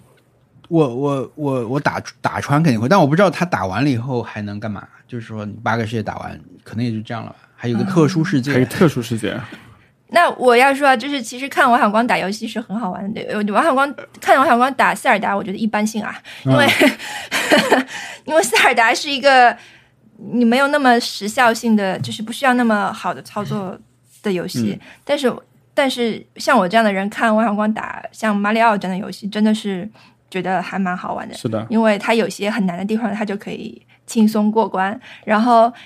我打穿肯定会，但我不知道他打完了以后还能干嘛。就是说你8个世界打完，可能也就这样了吧。还有个特殊世界， 还有特殊世界。 那我要说，就是其实看王小光打游戏是很好玩的。看王小光打塞尔达，我觉得一般性啊，因为因为塞尔达是一个你没有那么时效性的，就是不需要那么好的操作的游戏。但是像我这样的人看王小光打像马里奥这样的游戏，真的是觉得还蛮好玩的。 是的， 因为他有些很难的地方，他就可以轻松过关，然后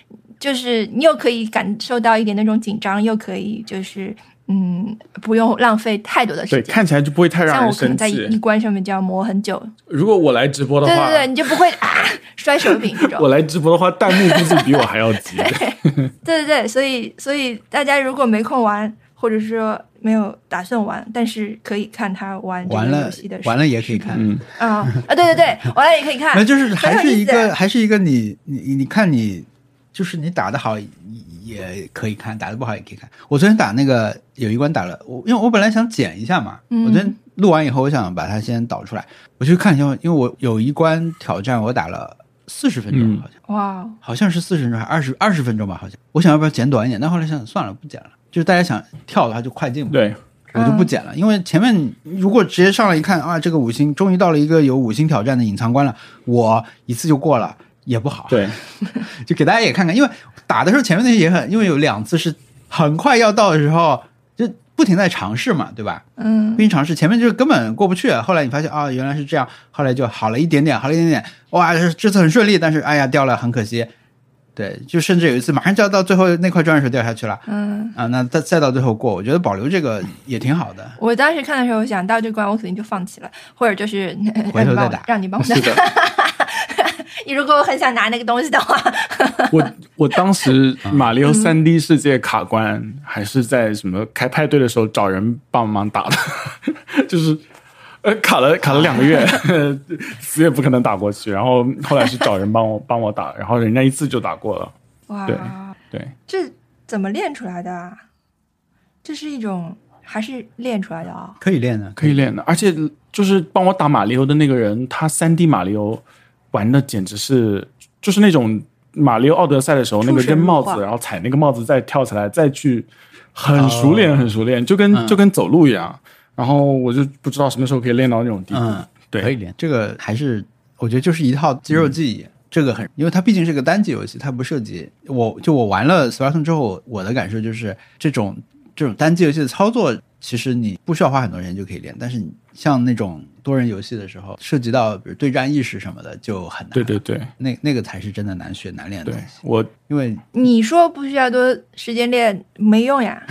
就是你又可以感受到一点那种紧张，又可以就是不用浪费太多的时间， 对，看起来就不会太让人生气。 像我可能在一关上面就要磨很久。 如果我来直播的话， 对，你就不会摔手柄这种。 我来直播的话，弹幕估计比我还要急。 对，所以大家如果没空玩，或者说没有打算玩，但是可以看他玩这个游戏的时候， 完了也可以看。 对，完了也可以看。 那就是还是一个你看你就是你打得好也可以看，打得不好也可以看。我昨天打那个有一关打了，因为我本来想剪一下嘛，我昨天录完以后我想把它先导出来，我去看一下，因为我有一关挑战我打了40分钟，好像哇， 好像是40分钟还是20分钟吧，好像我想要不要剪短一点，但后来想算了不剪了，就是大家想跳的话就快进嘛， 对， 我就不剪了，因为前面如果直接上来一看啊，这个5星终于到了一个有5星挑战的隐藏关了，我一次就过了也不好， 对， 就给大家也看看，因为打的时候前面那些也很，因为有2次是很快要到的时候就不停在尝试嘛，对吧？不停尝试，前面就是根本过不去，后来你发现啊，原来是这样，后来就好了一点点，哇，这次很顺利，但是哎呀掉了，很可惜。对，就甚至有一次马上就要到最后那块砖的时候掉下去了，那再到最后过，我觉得保留这个也挺好的。我当时看的时候，我想到这关我肯定就放弃了，或者就是回头再打， 让你帮我打。如果我很想拿那个东西的话， 我当时马里奥3D 世界卡关还是在什么开派对的时候找人帮忙打的，就是卡了2个月，死也不可能打过去。然后后来是找人帮我打，然后人家一次就打过了。 哇， 对， 这怎么练出来的啊？这是一种还是练出来的啊？ 可以练的， 可以练的。而且就是帮我打马里奥的那个人，他3D 马里奥玩的简直是就是那种马里奥奥德赛的时候那个扔帽子，然后踩那个帽子再跳起来再去，很熟练，就跟走路一样。然后我就不知道什么时候可以练到那种地步。对， 可以练。这个还是我觉得就是一套肌肉记忆，这个很，因为它毕竟是个单机游戏，它不涉及我玩了 Splatoon 之后，我的感受就是这种单机游戏的操作，其实你不需要花很多人就可以练，但是你像那种多人游戏的时候，涉及到比如对战意识什么的就很难。 对， 那个才是真的难学难练的东西。因为你说不需要多时间练没用呀。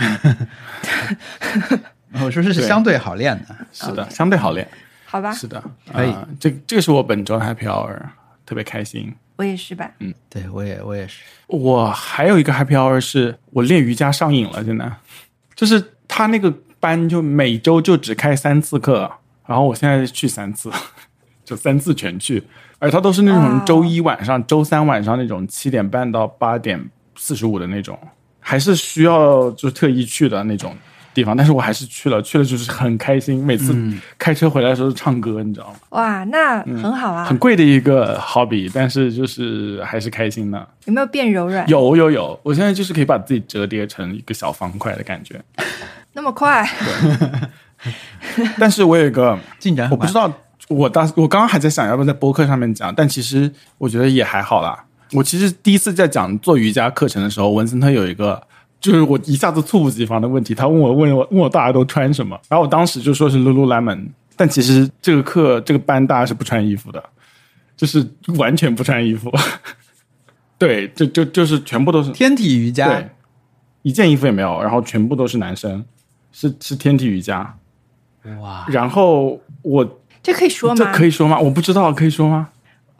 我说是相对好练的， 是的，相对好练， 好吧？ 是的， 可以。 这个是我本周的 Happy Hour， 特别开心。 我也是吧？ 对，我也是。 我还有一个 Happy Hour 是我练瑜伽上瘾了，真的，就是他那个班就每周就只开3次课，然后我现在去3次，就3次全去，而他都是那种周一晚上、周三晚上那种7点半到8点45的那种，还是需要就特意去的那种地方，但是我还是去了就是很开心，每次开车回来的时候唱歌，你知道吗？ 哇，那很好啊， 很贵的一个 hobby， 但是就是还是开心的。 有没有变柔软？ 有，我现在就是可以把自己折叠成一个小方块的感觉。 那么快？ 但是我有一个进展， 我不知道，我刚刚还在想要不要在播客上面讲，但其实我觉得也还好啦。我其实第一次在讲做瑜伽课程的时候，文森特有一个。就是我一下子猝不及防的问题，他问我大家都穿什么，然后我当时就说是 Lululemon， 但其实这个班大家是不穿衣服的，就是完全不穿衣服，对，就是全部都是天体瑜伽， 对，一件衣服也没有，然后全部都是男生，是天体瑜伽， 哇， 然后这可以说吗？ 这可以说吗？我不知道，可以说吗？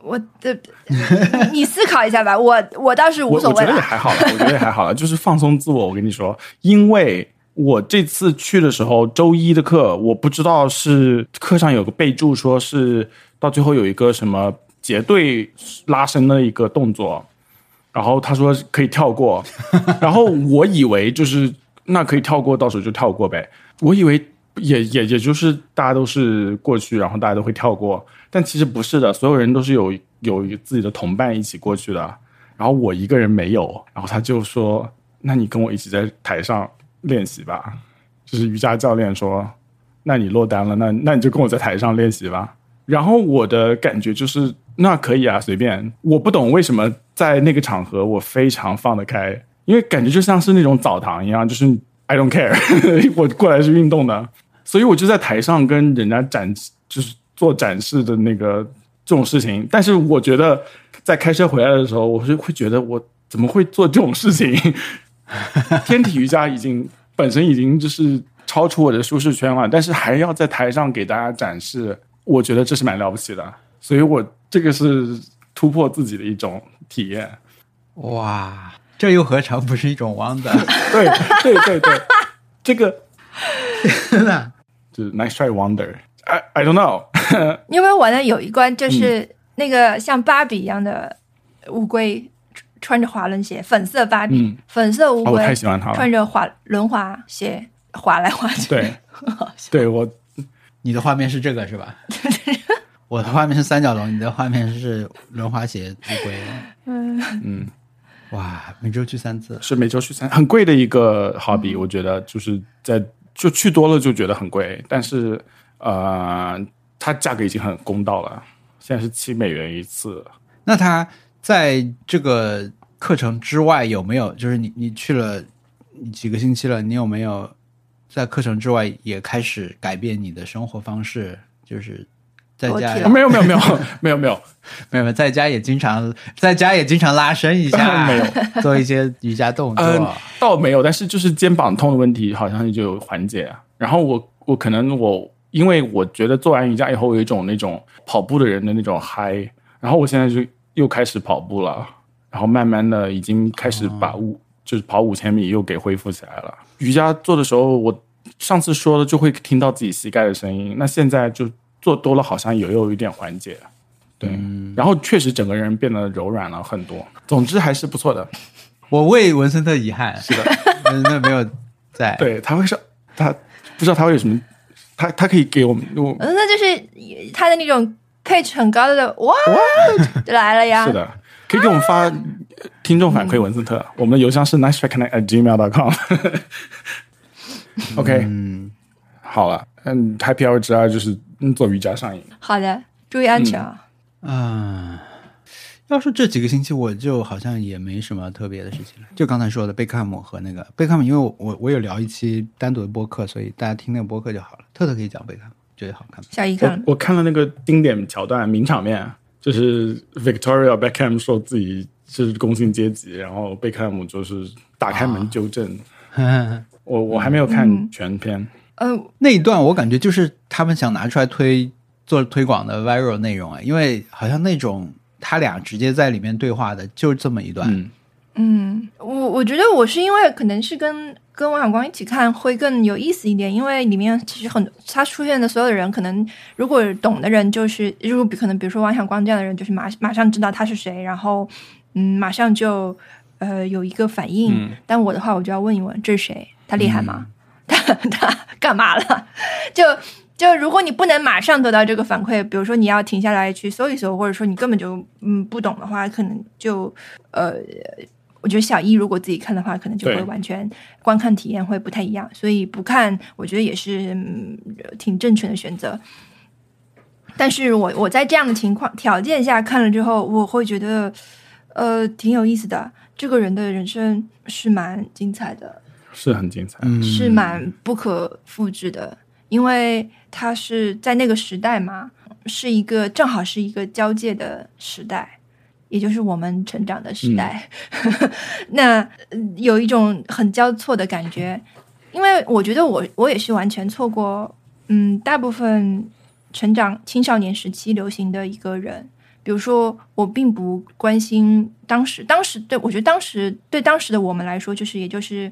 你思考一下吧，我倒是无所谓了。 我觉得也还好了，就是放松自我。我跟你说，因为我这次去的时候，周一的课我不知道是课上有个备注说是到最后有一个什么结对拉伸的一个动作，然后他说可以跳过，然后我以为就是那可以跳过，到时候就跳过呗。我以为也就是大家都是过去，然后大家都会跳过。但其实不是的，所有人都是有自己的同伴一起过去的，然后我一个人没有，然后他就说那你跟我一起在台上练习吧，就是瑜伽教练说那你落单了，那你就跟我在台上练习吧。然后我的感觉就是那可以啊，随便。我不懂为什么在那个场合我非常放得开，因为感觉就像是那种澡堂一样，就是 I don't care 我过来是运动的，所以我就在台上跟人家就是做展示的那个这种事情。但是我觉得在开车回来的时候，我是会觉得我怎么会做这种事情？天体瑜伽本身已经就是超出我的舒适圈了，但是还要在台上给大家展示，我觉得这是蛮了不起的。所以我这个是突破自己的一种体验。 哇，这又何尝不是一种 wonder？ 对对对对，这个真的就是 nice try wonder。I don't know 。 因为玩的有一关就是那个像芭比一样的乌龟穿着滑轮鞋，粉色芭比，粉色乌龟， 我太喜欢它了， 穿着轮滑鞋滑来滑去。 对对， 你的画面是这个是吧？我的画面是三角龙，你的画面是轮滑鞋乌龟。哇，每周去3次， 是每周去很贵的一个 hobby，我觉得就是就去多了就觉得很贵，但是它价格已经很公道了，现在是$7一次。 那它在这个课程之外有没有，就是你去了几个星期了，你有没有在课程之外也开始改变你的生活方式？就是在家没有， 在家也经常拉伸一下， 没有做一些瑜伽动作。 倒没有，但是就是肩膀痛的问题好像就有缓解啊。然后我可能因为我觉得做完瑜伽以后有一种那种跑步的人的那种嗨，然后我现在就又开始跑步了，然后慢慢的已经开始就是跑5000米又给恢复起来了。瑜伽做的时候，我上次说的就会听到自己膝盖的声音，那现在就做多了好像也有一点缓解。对，然后确实整个人变得柔软了很多。总之还是不错的。 我为文森特遗憾， 是的， 文森特没有在。 对，他会说他不知道他会有什么，他可以给我们， 那就是他的那种 pitch 很高的哇就来了呀。 是的，可以给我们发听众反馈文森特，我们的邮箱是 nicetrackconnect@gmail.com。OK， 好了，Happy Hour 之2就是做瑜伽上瘾。 好的，注意安全啊。要是这几个星期我就好像也没什么特别的事情了，就刚才说的贝克汉姆和那个贝克汉姆，因为我有聊一期单独的播客，所以大家听那个播客就好了。特可以讲贝克汉姆，觉得好看吗？ 小姨看我看了那个经典桥段名场面，就是 Victoria Beckham 说自己是工薪阶级，然后贝克汉姆就是打开门纠正。我还没有看全片。 那一段我感觉就是他们想拿出来做推广的 viral 内容啊，因为好像那种他俩直接在里面对话的就这么一段。 我觉得我是因为可能是跟王小光一起看会更有意思一点，因为里面其实他出现的所有的人，可能如果懂的人就是可能比如说王小光这样的人，就是马上知道他是谁，然后马上就有一个反应。但我的话，我就要问一问这是谁，他厉害吗？他干嘛了？就如果你不能马上得到这个反馈，比如说你要停下来去搜一搜，或者说你根本就不懂的话，可能就我觉得小一如果自己看的话，可能就会完全观看体验会不太一样，所以不看我觉得也是挺正确的选择。但是我在这样的条件下看了之后，我会觉得挺有意思的，这个人的人生是蛮精彩的， 是很精彩， 是蛮不可复制的，因为他是在那个时代嘛，正好是一个交界的时代，也就是我们成长的时代。那有一种很交错的感觉，因为我觉得我也是完全错过大部分成长青少年时期流行的一个人。比如说我并不关心当时对我觉得当时的我们来说，也就是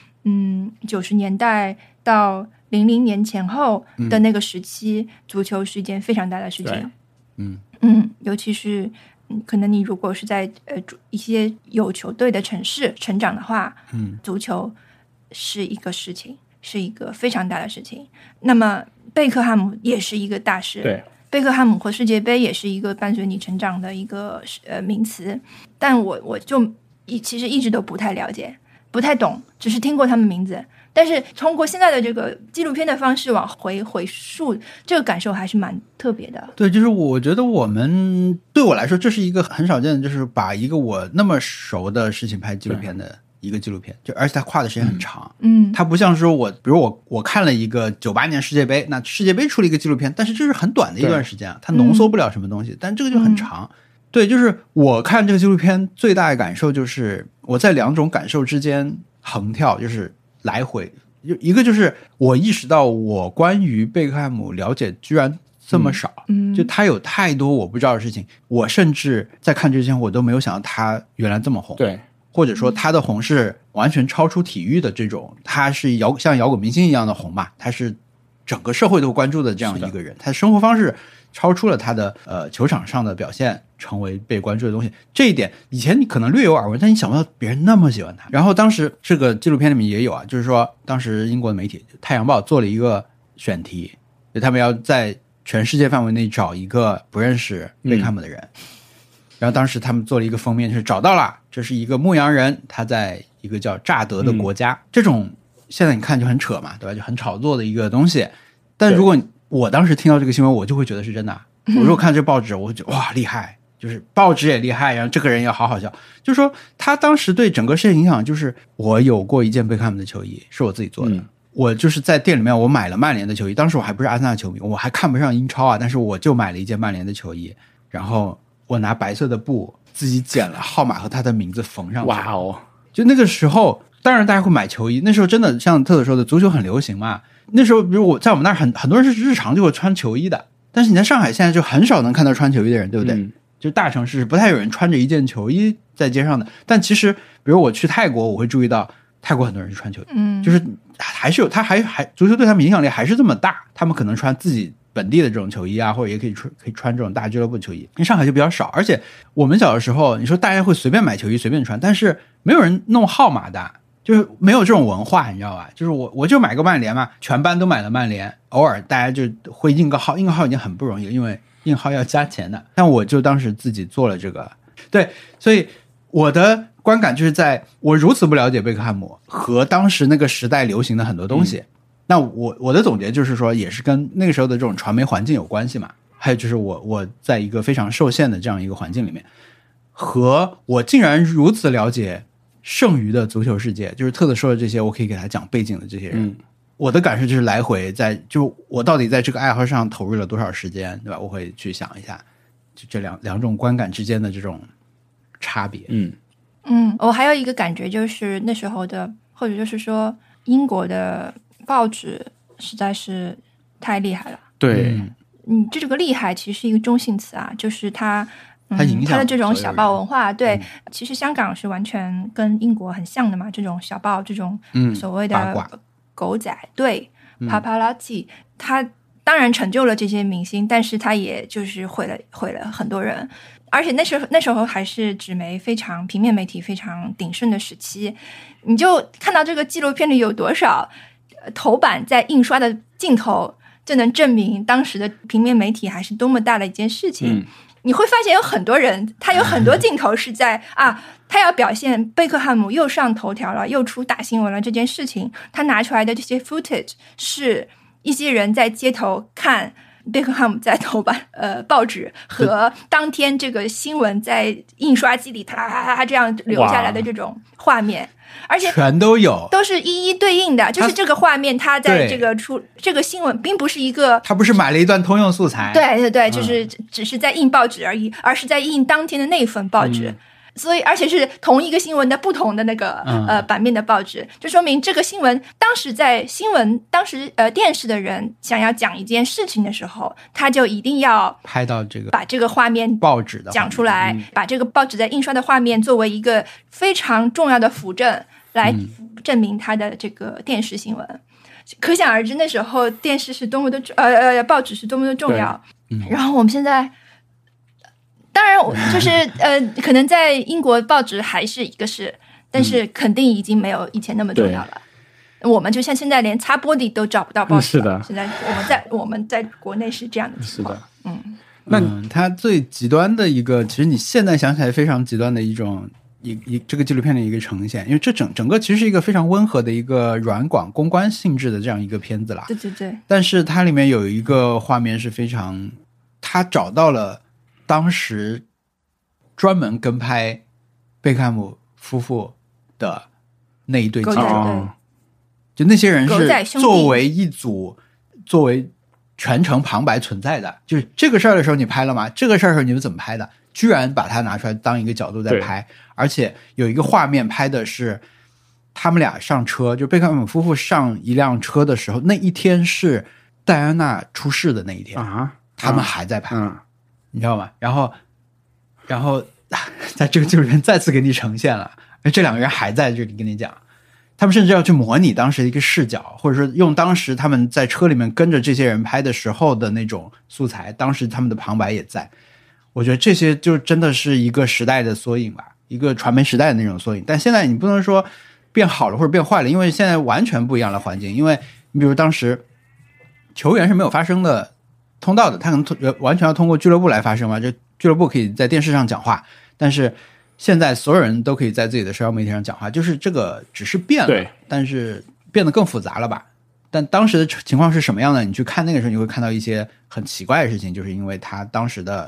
90年代到00年前后的那个时期，足球是一件非常大的事情。尤其是可能你如果是在一些有球队的城市成长的话，足球是一个事情，是一个非常大的事情。那么贝克汉姆也是一个大事， 对， 贝克汉姆和世界杯也是一个伴随你成长的一个名词。但我就其实一直都不太了解，不太懂，只是听过他们名字。但是通过现在的这个纪录片的方式往回溯，这个感受还是蛮特别的。 对，就是我觉得对我来说，这是一个很少见的，就是把一个我那么熟的事情拍纪录片的一个纪录片，而且它跨的时间很长。它不像说比如我看了一个98年世界杯，那世界杯出了一个纪录片，但是这是很短的一段时间啊，它浓缩不了什么东西，但这个就很长。对，就是我看这个纪录片最大的感受就是我在两种感受之间横跳，就是来回。一个就是我意识到我关于贝克汉姆了解居然这么少，就他有太多我不知道的事情，我甚至在看之前我都没有想到他原来这么红。 对， 或者说他的红是完全超出体育的这种，他是像摇滚明星一样的红嘛，他是整个社会都关注的这样一个人，他的生活方式超出了他的球场上的表现，成为被关注的东西。这一点以前你可能略有耳闻，但你想不到别人那么喜欢他。然后当时这个纪录片里面也有啊，就是说当时英国的媒体《太阳报》做了一个选题，就他们要在全世界范围内找一个不认识贝克汉姆的人，然后当时他们做了一个封面，就是找到了，这是一个牧羊人，他在一个叫乍得的国家。这种现在你看就很扯嘛，对吧？就很炒作的一个东西。但如果我当时听到这个新闻，我就会觉得是真的。我如果看这报纸，我会觉得哇厉害，就是报纸也厉害，然后这个人也好好笑。就是说他当时对整个世界影响，就是我有过一件贝克汉姆的球衣，是我自己做的。我就是在店里面我买了曼联的球衣，当时我还不是阿森纳球迷，我还看不上英超啊，但是我就买了一件曼联的球衣，然后我拿白色的布自己剪了号码和他的名字缝上去。 哇哦！ 就那个时候当然大家会买球衣，那时候真的像特特说的足球很流行嘛，那时候比如我在我们那儿很多人是日常就会穿球衣的，但是你在上海现在就很少能看到穿球衣的人，对不对？就大城市不太有人穿着一件球衣在街上的。但其实比如我去泰国，我会注意到泰国很多人是穿球衣，就是还是有他还足球对他们影响力还是这么大，他们可能穿自己本地的这种球衣啊，或者也可以穿这种大俱乐部球衣。因为上海就比较少，而且我们小的时候你说大家会随便买球衣随便穿，但是没有人弄号码的，就是没有这种文化，你知道吧？就是我就买个曼联嘛，全班都买了曼联，偶尔大家就会印个号，印个号已经很不容易了，因为印号要加钱的。但我就当时自己做了这个，对，所以我的观感就是在我如此不了解贝克汉姆和当时那个时代流行的很多东西，那我的总结就是说，也是跟那个时候的这种传媒环境有关系嘛。还有就是我在一个非常受限的这样一个环境里面，和我竟然如此了解剩余的足球世界，就是特特说的这些我可以给他讲背景的这些人，我的感受就是来回在就我到底在这个爱好上投入了多少时间，对吧？我会去想一下就这两种观感之间的这种差别。 我还有一个感觉就是那时候的，或者就是说英国的报纸实在是太厉害了。 对， 这个厉害其实是一个中性词啊，就是它影响它的这种小报文化，对，其实香港是完全跟英国很像的嘛，这种小报，这种所谓的狗仔，对，paparazzi，它当然成就了这些明星，但是它也就是毁了很多人。而且那时候还是纸媒平面媒体非常鼎盛的时期，你就看到这个纪录片里有多少头版在印刷的镜头，就能证明当时的平面媒体还是多么大的一件事情。你会发现有很多人，他有很多镜头是在他要表现贝克汉姆又上头条了，又出大新闻了这件事情，他拿出来的这些 footage 是一些人在街头看贝克汉姆在头版报纸和当天这个新闻在印刷机里它这样留下来的这种画面，而且全都有， 都是一一对应的，就是这个画面它在这个新闻并不是一个， 他不是买了一段通用素材， 对，就是只是在印报纸而已，而是在印当天的那份报纸。所以而且是同一个新闻的不同的那个版面的报纸，就说明这个新闻当时电视的人想要讲一件事情的时候，他就一定要拍到这个， 把这个画面报纸的讲出来，把这个报纸在印刷的画面作为一个非常重要的辅证来证明他的这个电视新闻。可想而知那时候电视是多么的报纸是多么的重要。然后我们现在当然就是可能在英国报纸还是一个事，但是肯定已经没有以前那么重要了。我们就像现在连擦玻璃都找不到报纸了。是的，现在我们在国内是这样的情况。 它最极端的一个，其实你现在想起来非常极端的一种这个纪录片的一个呈现，因为这整个其实是一个非常温和的一个软广公关性质的这样一个片子啦。 对。 但是它里面有一个画面是非常，他找到了当时专门跟拍贝克汉姆夫妇的那一对记者，就那些人是作为一组，作为全程旁白存在的。就是这个事儿的时候你拍了吗？这个事儿的时候你们怎么拍的？ 居然把它拿出来当一个角度在拍，而且有一个画面拍的是他们俩上车，就贝克汉姆夫妇上一辆车的时候，那一天是戴安娜出事的那一天啊，他们还在拍，你知道吗？然后在这个纪录片再次给你呈现了，这两个人还在这里跟你讲，他们甚至要去模拟当时的一个视角，或者说用当时他们在车里面跟着这些人拍的时候的那种素材，当时他们的旁白也在。我觉得这些就真的是一个时代的缩影吧，一个传媒时代的那种缩影。但现在你不能说变好了或者变坏了，因为现在完全不一样的环境。因为你比如当时球员是没有发声的通道的，他可能完全要通过俱乐部来发声嘛，就俱乐部可以在电视上讲话，但是现在所有人都可以在自己的社交媒体上讲话，就是这个只是变了，但是变得更复杂了吧。但当时的情况是什么样的？你去看那个时候你会看到一些很奇怪的事情，就是因为他当时的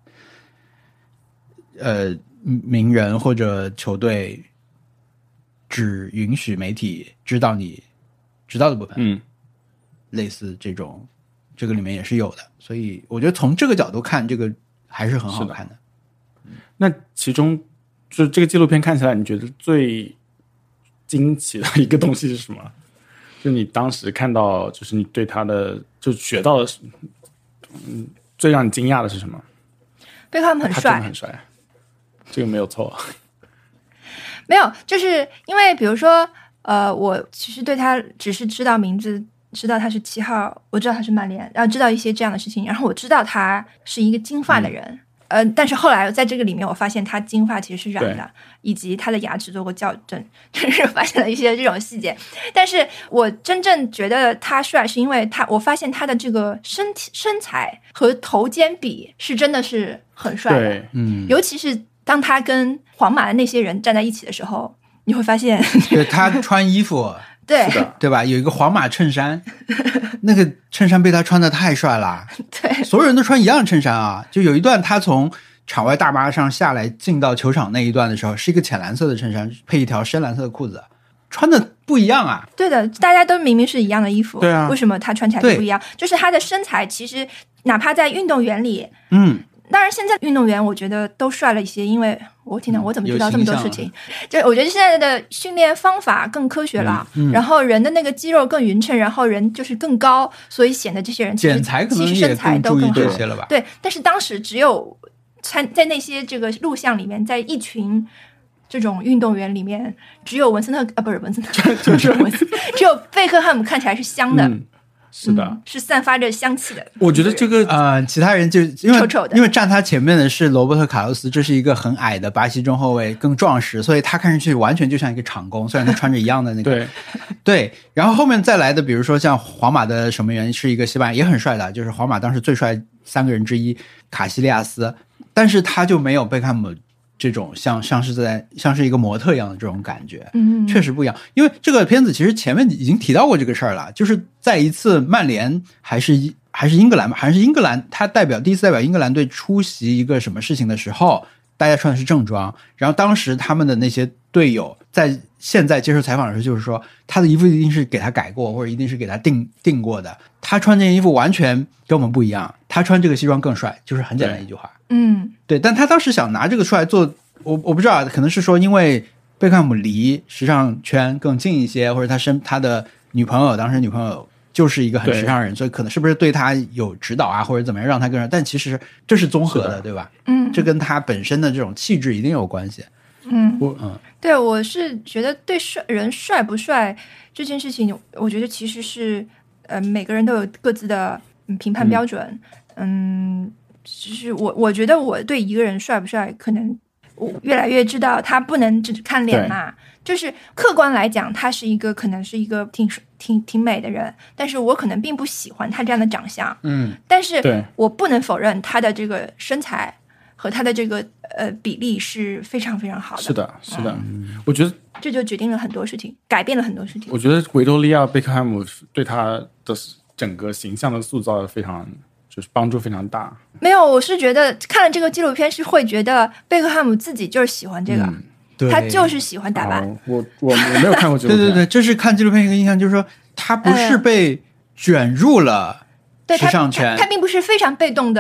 名人或者球队只允许媒体知道你知道的部分，类似这种，这个里面也是有的。所以我觉得从这个角度看，这个还是很好看的。 那其中就这个纪录片看起来，你觉得最惊奇的一个东西是什么？就你当时看到，就是你对他的就学到的，最让你惊讶的是什么？ 贝克汉姆很帅， 他真的很帅，这个没有错。 没有，就是因为比如说，我其实对他只是知道名字，知道他是7号，我知道他是曼联，然后知道一些这样的事情，然后我知道他是一个金发的人。但是后来在这个里面，我发现他金发其实是染的，以及他的牙齿做过矫正，就是发现了一些这种细节。但是我真正觉得他帅，是因为我发现他的这个身材和头肩比是真的是很帅的，尤其是当他跟皇马的那些人站在一起的时候，你会发现， 对他穿衣服。对吧？有一个皇马衬衫，那个衬衫被他穿的太帅了。 对， 所有人都穿一样的衬衫啊。就有一段他从场外大巴上下来进到球场那一段的时候，是一个浅蓝色的衬衫配一条深蓝色的裤子，穿的不一样啊。 对的，大家都明明是一样的衣服， 对啊， 为什么他穿起来就不一样？就是他的身材其实哪怕在运动员里，当然现在运动员我觉得都帅了一些，因为我天哪，我怎么知道这么多事情？就我觉得现在的训练方法更科学了，然后人的那个肌肉更匀称，然后人就是更高，所以显得这些人其实身材都更好了吧？ 对，但是当时只有在那些这个录像里面，在一群这种运动员里面，只有文森特不是文森特，只有贝克汉姆看起来是香的。 是的， 是散发着香气的。 我觉得这个其他人就臭臭的， 因为站他前面的是罗伯特卡洛斯，这是一个很矮的巴西中后卫，更壮实，所以他看上去完全就像一个长工，虽然他穿着一样的那个对。然后后面再来的，比如说像皇马的守门员是一个西班牙也很帅的，就是皇马当时最帅3个人之一卡西利亚斯，但是他就没有贝克汉姆这种像是一个模特一样的这种感觉，确实不一样。因为这个片子其实前面已经提到过这个事儿了，就是在一次曼联还是英格兰吧，还是英格兰，他第一次代表英格兰队出席一个什么事情的时候，大家穿的是正装，然后当时他们的那些队友在现在接受采访的时候就是说，他的衣服一定是给他改过，或者一定是给他定过的，他穿这件衣服完全跟我们不一样，他穿这个西装更帅，就是很简单一句话。对，但他当时想拿这个出来做，我不知道，可能是说因为贝克汉姆离时尚圈更近一些，或者他的当时女朋友就是一个很时尚人，所以可能是不是对他有指导啊，或者怎么样让他更帅？但其实这是综合的，对吧？这跟他本身的这种气质一定有关系。 对，我是觉得对人帅不帅这件事情，我觉得其实是每个人都有各自的评判标准。就是我觉得我对一个人帅不帅，可能我越来越知道他不能只看脸嘛。就是客观来讲，他是一个可能是一个挺美的人，但是我可能并不喜欢他这样的长相。但是我不能否认他的这个身材和他的这个比例是非常非常好的。 是的，我觉得这就决定了很多事情，改变了很多事情。 我觉得维多利亚贝克汉姆对他的整个形象的塑造非常。就是帮助非常大。 没有，我是觉得看了这个纪录片是会觉得贝克汉姆自己就是喜欢这个，他就是喜欢打扮。 我没有看过纪录片。 对，这是看纪录片一个印象，就是说他不是被卷入了时尚圈， 他并不是非常被动的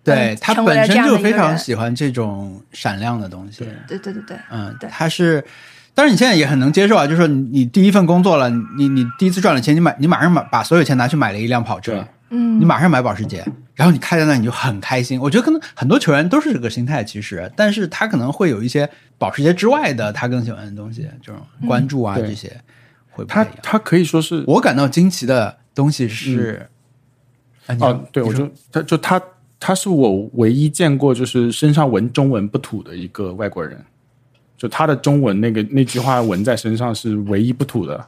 对，他本身就非常喜欢这种闪亮的东西。 对， 他是，当然你现在也很能接受啊，就是说你第一份工作了，你第一次赚了钱，你马上把所有钱拿去买了一辆跑车，你马上买保时捷，然后你开在那你就很开心。我觉得可能很多球员都是这个心态，其实，但是他可能会有一一些保时捷之外的他更喜欢的东西，这种关注啊这些会不太一样。 他可以说是我感到惊奇的东西是， 对，我就他是我唯一见过就是身上纹中文不土的一个外国人，就他的中文那句话纹在身上是唯一不土的。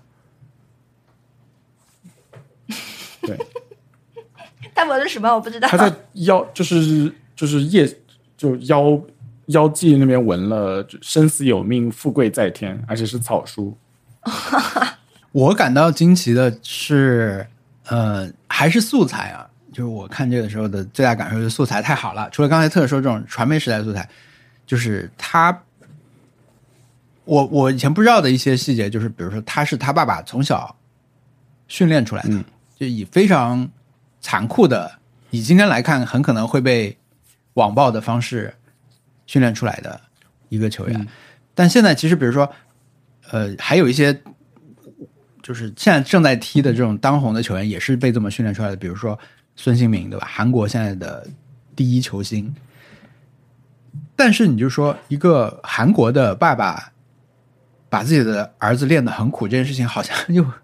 对， 他纹的什么我不知道。 他在腰腰际那边纹了“生死有命，富贵在天”，而且是草书。 我感到惊奇的是，还是素材啊。就是我看这个时候的最大感受就是素材太好了，除了刚才特说这种传媒时代的素材，就是我以前不知道的一些细节，就是比如说他是他爸爸从小训练出来的，就以非常残酷的，以今天来看很可能会被网暴的方式训练出来的一个球员，但现在其实比如说还有一些就是现在正在踢的这种当红的球员也是被这么训练出来的，比如说孙兴民，对吧？韩国现在的第一球星。但是你就说一个韩国的爸爸把自己的儿子练得很苦，这件事情好像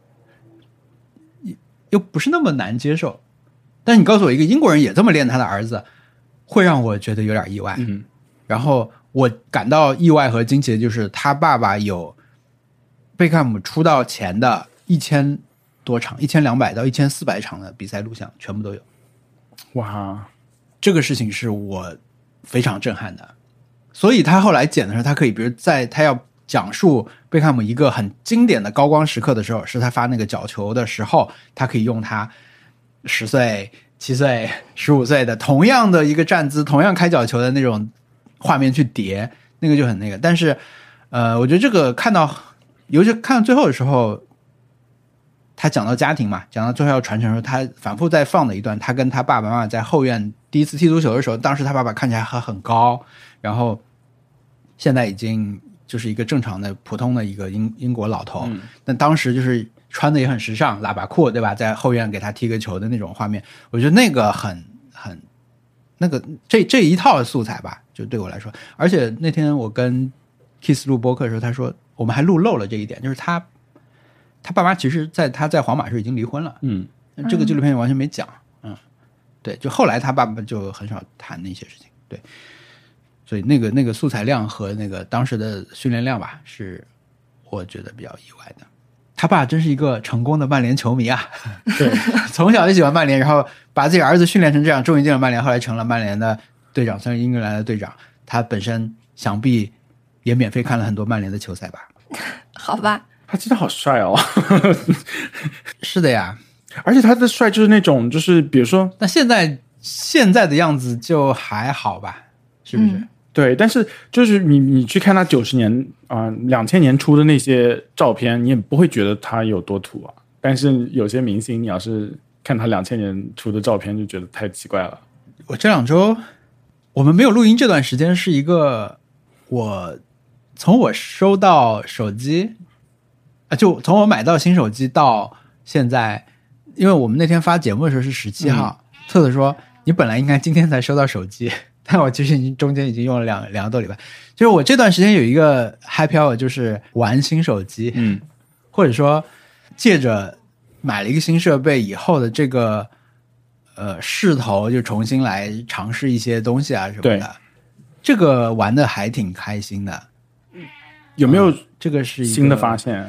又不是那么难接受。但是你告诉我一个英国人也这么练他的儿子，会让我觉得有点意外。然后我感到意外和惊奇的就是他爸爸有贝克汉姆出道前的1000多场，1200到1400场的比赛录像全部都有。 哇， 这个事情是我非常震撼的。所以他后来剪的时候，他可以比如在他要讲述贝克汉姆一个很经典的高光时刻的时候，是他发那个角球的时候，他可以用他10岁、7岁、15岁的同样的一个站姿，同样开角球的那种画面去叠，那个就很那个。但是我觉得这个尤其看到最后的时候，他讲到家庭嘛，讲到最后要传承的时候，他反复在放的一段，他跟他爸爸妈妈在后院第一次踢足球的时候，当时他爸爸看起来还很高，然后现在已经就是一个正常的普通的一个英国老头，但当时就是穿的也很时尚，喇叭裤，对吧？在后院给他踢个球的那种画面，我觉得那个很那个这一套素材吧，就对我来说。而且那天我跟 Kiss 录播客的时候，他说我们还录漏了这一点，就是他爸妈其实他在皇马时候已经离婚了，这个纪录片完全没讲，对，就后来他爸爸就很少谈那些事情，对，所以那个素材量和那个当时的训练量吧，是我觉得比较意外的。他爸真是一个成功的曼联球迷啊，对，从小就喜欢曼联，然后把自己儿子训练成这样，终于进了曼联，后来成了曼联的队长，算是英格兰的队长。他本身想必也免费看了很多曼联的球赛吧？ 好吧。 他真的好帅哦。 是的呀， 而且他的帅就是那种就是比如说那现在的样子就还好吧，是不是？ 对，但是就是你去看他90年2000年出的那些照片，你也不会觉得他有多土啊。但是有些明星你要是看他2000年出的照片就觉得太奇怪了。 我这2周我们没有录音这段时间是一个从我收到手机就从我买到新手机到现在，因为我们那天发节目的时候是17号，特特说你本来应该今天才收到手机，但我其实中间已经用了两个多礼拜。就是我这段时间有一个 happy hour， 就是玩新手机，或者说借着买了一个新设备以后的这个势头，就重新来尝试一些东西啊什么的，这个玩的还挺开心的。 有没有这个是一个新的发现？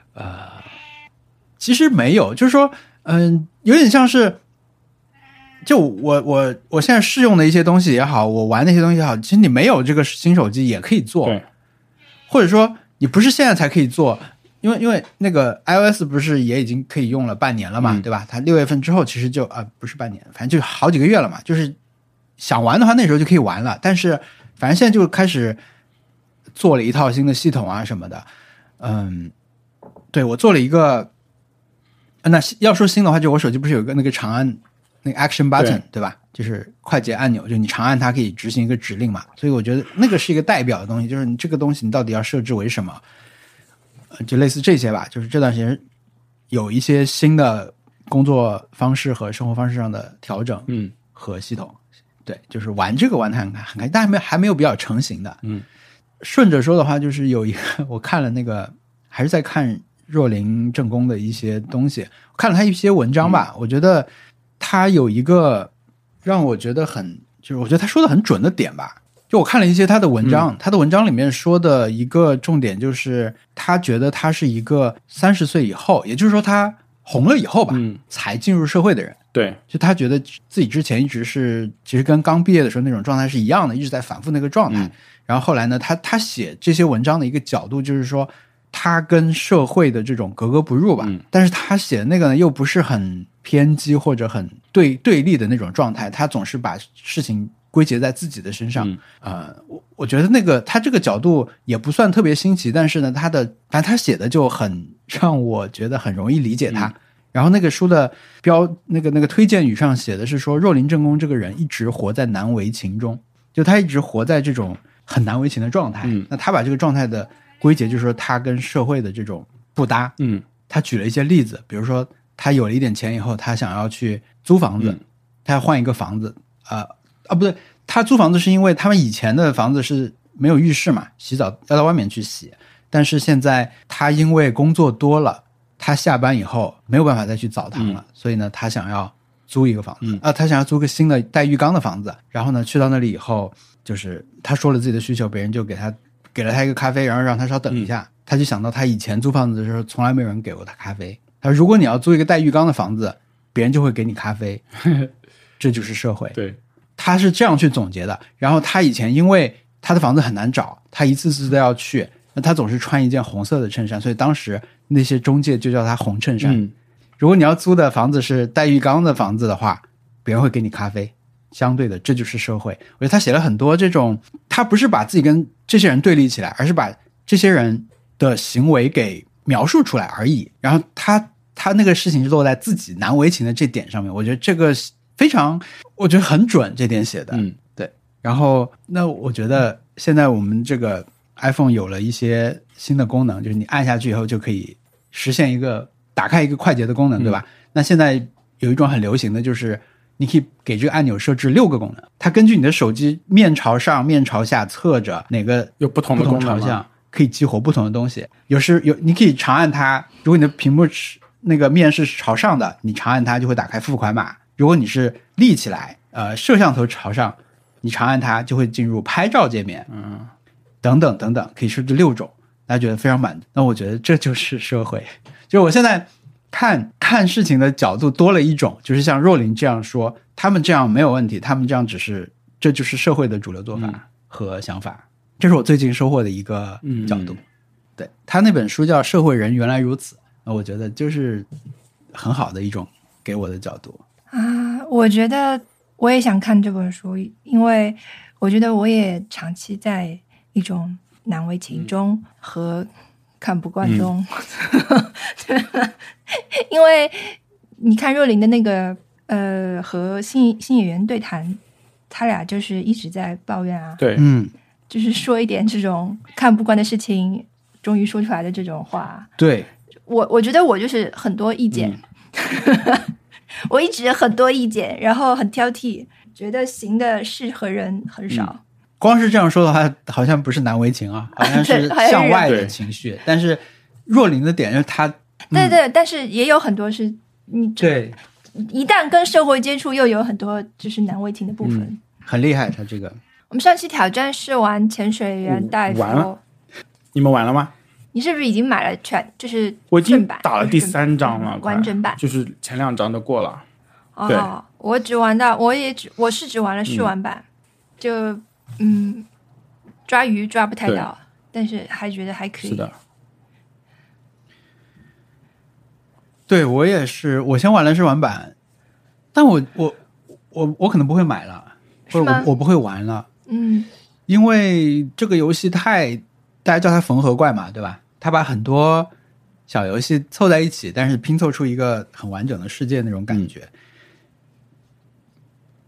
其实没有，就是说有点像是就我现在试用的一些东西也好，我玩那些东西也好，其实你没有这个新手机也可以做， 对， 或者说你不是现在才可以做，因为那个 iOS 不是也已经可以用了半年了嘛，对吧？它6月份之后其实就不是半年，反正就好几个月了嘛，就是想玩的话那时候就可以玩了，但是反正现在就开始做了一套新的系统啊什么的。对，我做了一个那要说新的话，就我手机不是有个那个长按那个 action button 对吧？ 就是快捷按钮，就你长按它可以执行一个指令嘛，所以我觉得那个是一个代表的东西，就是你这个东西你到底要设置为什么，就类似这些吧。就是这段时间有一些新的工作方式和生活方式上的调整，和系统，对，就是玩这个玩得很开心，但还没有比较成型的。顺着说的话，就是有一个我看了那个，还是在看若林正宫的一些东西，我看了他一些文章吧，我觉得他有一个让我觉得就是我觉得他说的很准的点吧。就我看了一些他的文章，他的文章里面说的一个重点就是他觉得他是一个30岁以后，也就是说他红了以后吧，才进入社会的人。 对， 就他觉得自己之前一直是其实跟刚毕业的时候那种状态是一样的，一直在反复那个状态。然后后来呢，他写这些文章的一个角度就是说他跟社会的这种格格不入吧，但是他写的那个呢又不是很偏激或者很对立的那种状态，他总是把事情归结在自己的身上。我觉得那个他这个角度也不算特别新奇，但是呢他写的就很让我觉得很容易理解他。然后那个书的那个推荐语上写的是说，若林正宫这个人一直活在难为情中，就他一直活在这种很难为情的状态。那他把这个状态的归结就是说他跟社会的这种不搭。他举了一些例子，比如说他有了一点钱以后，他想要去租房子，他要换一个房子。不对，他租房子是因为他们以前的房子是没有浴室嘛，洗澡要到外面去洗。但是现在他因为工作多了，他下班以后没有办法再去澡堂了，所以呢他想要租一个房子。他想要租个新的带浴缸的房子。然后呢去到那里以后，就是他说了自己的需求，别人就给了他一个咖啡，然后让他稍等一下。他就想到他以前租房子的时候从来没有人给过他咖啡。他说如果你要租一个带浴缸的房子，别人就会给你咖啡。这就是社会。 对， 他是这样去总结的。然后他以前因为他的房子很难找，他一次次都要去，那他总是穿一件红色的衬衫，所以当时那些中介就叫他红衬衫。如果你要租的房子是带浴缸的房子的话，别人会给你咖啡。相对的，这就是社会。我觉得他写了很多这种，他不是把自己跟这些人对立起来，而是把这些人的行为给描述出来而已。然后他那个事情是落在自己难为情的这点上面，我觉得这个非常，我觉得很准，这点写的。对。然后那我觉得现在我们这个 iPhone 有了一些新的功能，就是你按下去以后就可以实现一个打开一个快捷的功能，对吧？那现在有一种很流行的就是你可以给这个按钮设置6个功能，它根据你的手机面朝上、面朝下、侧着哪个有不同的功能朝向，可以激活不同的东西。有你可以长按它，如果你的屏幕那个面是朝上的，你长按它就会打开付款码。如果你是立起来，摄像头朝上，你长按它就会进入拍照界面。等等等等，可以设置6种，大家觉得非常满。那我觉得这就是社会。就是我现在看事情的角度多了一种，就是像若林这样说，他们这样没有问题，他们这样这就是社会的主流做法和想法。这是我最近收获的一个角度。对，他那本书叫《社会人原来如此》，我觉得就是很好的一种给我的角度我觉得我也想看这本书，因为我觉得我也长期在一种难为情中和看不惯中。因为你看若琳的那个和新演员对谈，他俩就是一直在抱怨啊。 对， 就是说一点这种看不惯的事情终于说出来的这种话。 对， 我觉得我就是很多意见。我一直很多意见，然后很挑剔，觉得行的事和人很少。 光是这样说的话，好像不是难为情啊，好像是向外的情绪。但是若琳的点就是他， 对，但是也有很多是你对， 一旦跟社会接触，又有很多就是难为情的部分。 很厉害，他这个。 我们上期挑战是玩潜水员大夫， 完了，你们完了吗？ 你是不是已经买了就是我已经打了第3章了， 完整版， 就是前2章都过了。 哦，我只玩到，我是只玩了试玩版，就抓鱼抓不太到，但是还觉得还可以。 是的， 对，我也是，我先玩了试玩版，但我可能不会买了，或者我不会玩了，因为这个游戏大家叫它缝合怪嘛，对吧？它把很多小游戏凑在一起，但是拼凑出一个很完整的世界那种感觉。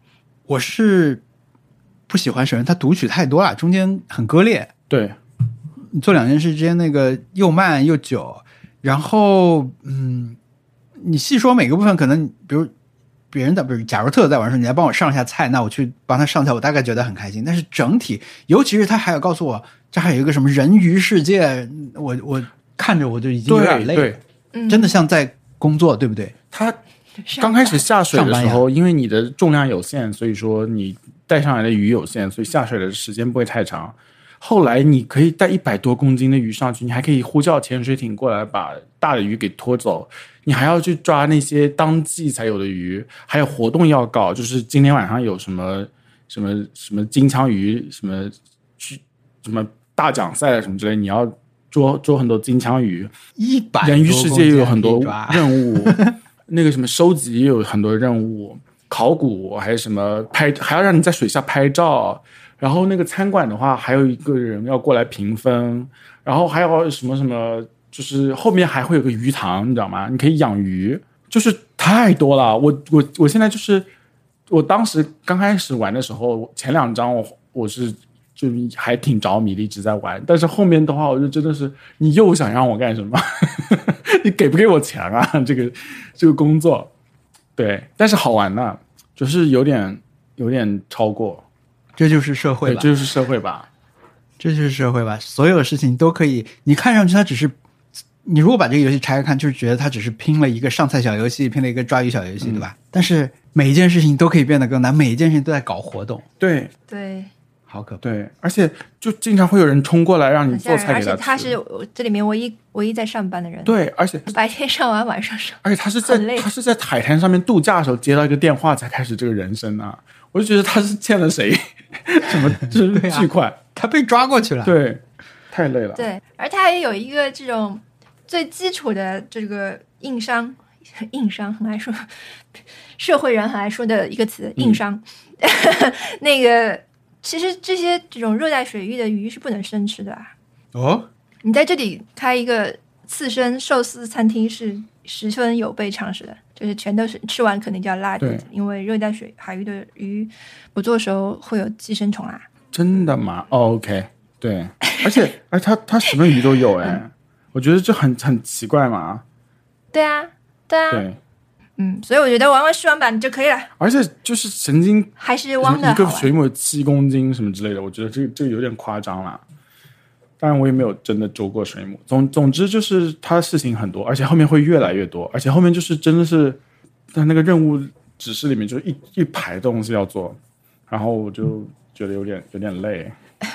我是不喜欢，首先它读取太多了，中间很割裂。 对， 你做两件事之间那个又慢又久，然后你细说每个部分，可能比如别人的，比如假如特在玩的时候，你来帮我上一下菜，那我去帮他上菜，我大概觉得很开心。但是整体，尤其是他还要告诉我，这还有一个什么人鱼世界，我看着我就已经有点累了，真的像在工作，对不对？ 他刚开始下水的时候，因为你的重量有限，所以说你带上来的鱼有限，所以下水的时间不会太长。后来你可以带100多公斤的鱼上去，你还可以呼叫潜水艇过来把大的鱼给拖走，你还要去抓那些当季才有的鱼，还有活动要搞，就是今天晚上有什么金枪鱼，什么大奖赛什么之类，你要捉很多金枪鱼。人鱼世界也有很多任务，那个什么收集也有很多任务，考古还是什么还要让你在水下拍照。然后那个餐馆的话，还有一个人要过来评分，然后还有什么，就是后面还会有个鱼塘，你知道吗？你可以养鱼，就是太多了。我现在就是我当时刚开始玩的时候，前2章我是就还挺着迷的，一直在玩。但是后面的话，我就真的是你又想让我干什么？你给不给我钱啊？这个工作，对，但是好玩呢，就是有点超过。 这就是社会吧， 这就是社会吧， 这就是社会吧。所有的事情都可以，你看上去它只是，你如果把这个游戏拆开看，就是觉得它只是拼了一个上菜小游戏，拼了一个抓鱼小游戏，对吧？但是每一件事情都可以变得更难，每一件事情都在搞活动。 对， 好可怕。 对，而且就经常会有人冲过来让你做菜给他吃。 而且他是这里面唯一在上班的人。 对，而且白天上完，晚上上。 而且他是在海滩上面度假的时候接到一个电话才开始这个人生啊！我就觉得他是欠了谁什么就是巨款， 他被抓过去了。 对，太累了。 对，而他还有一个这种最基础的这个硬伤很爱说，社会人很爱说的一个词，硬伤。那个其实这种热带水域的鱼是不能生吃的啊。 哦， 你在这里开一个刺身寿司餐厅是十分有悖常识的，就是全都是吃完肯定就要拉肚子，因为热带海域的鱼捕捉的时候会有寄生虫啊。 真的吗？哦 OK， 对，而且它什么鱼都有哎，我觉得这很奇怪嘛。 对啊， 对， 所以我觉得玩试玩版就可以了。 而且就是神经还是汪的一个水母7公斤什么之类的，我觉得这个有点夸张了。当然我也没有真的捉过水母。总之就是它的事情很多，而且后面会越来越多，而且后面就是真的是在那个任务指示里面就是一排东西要做，然后我就觉得有点累。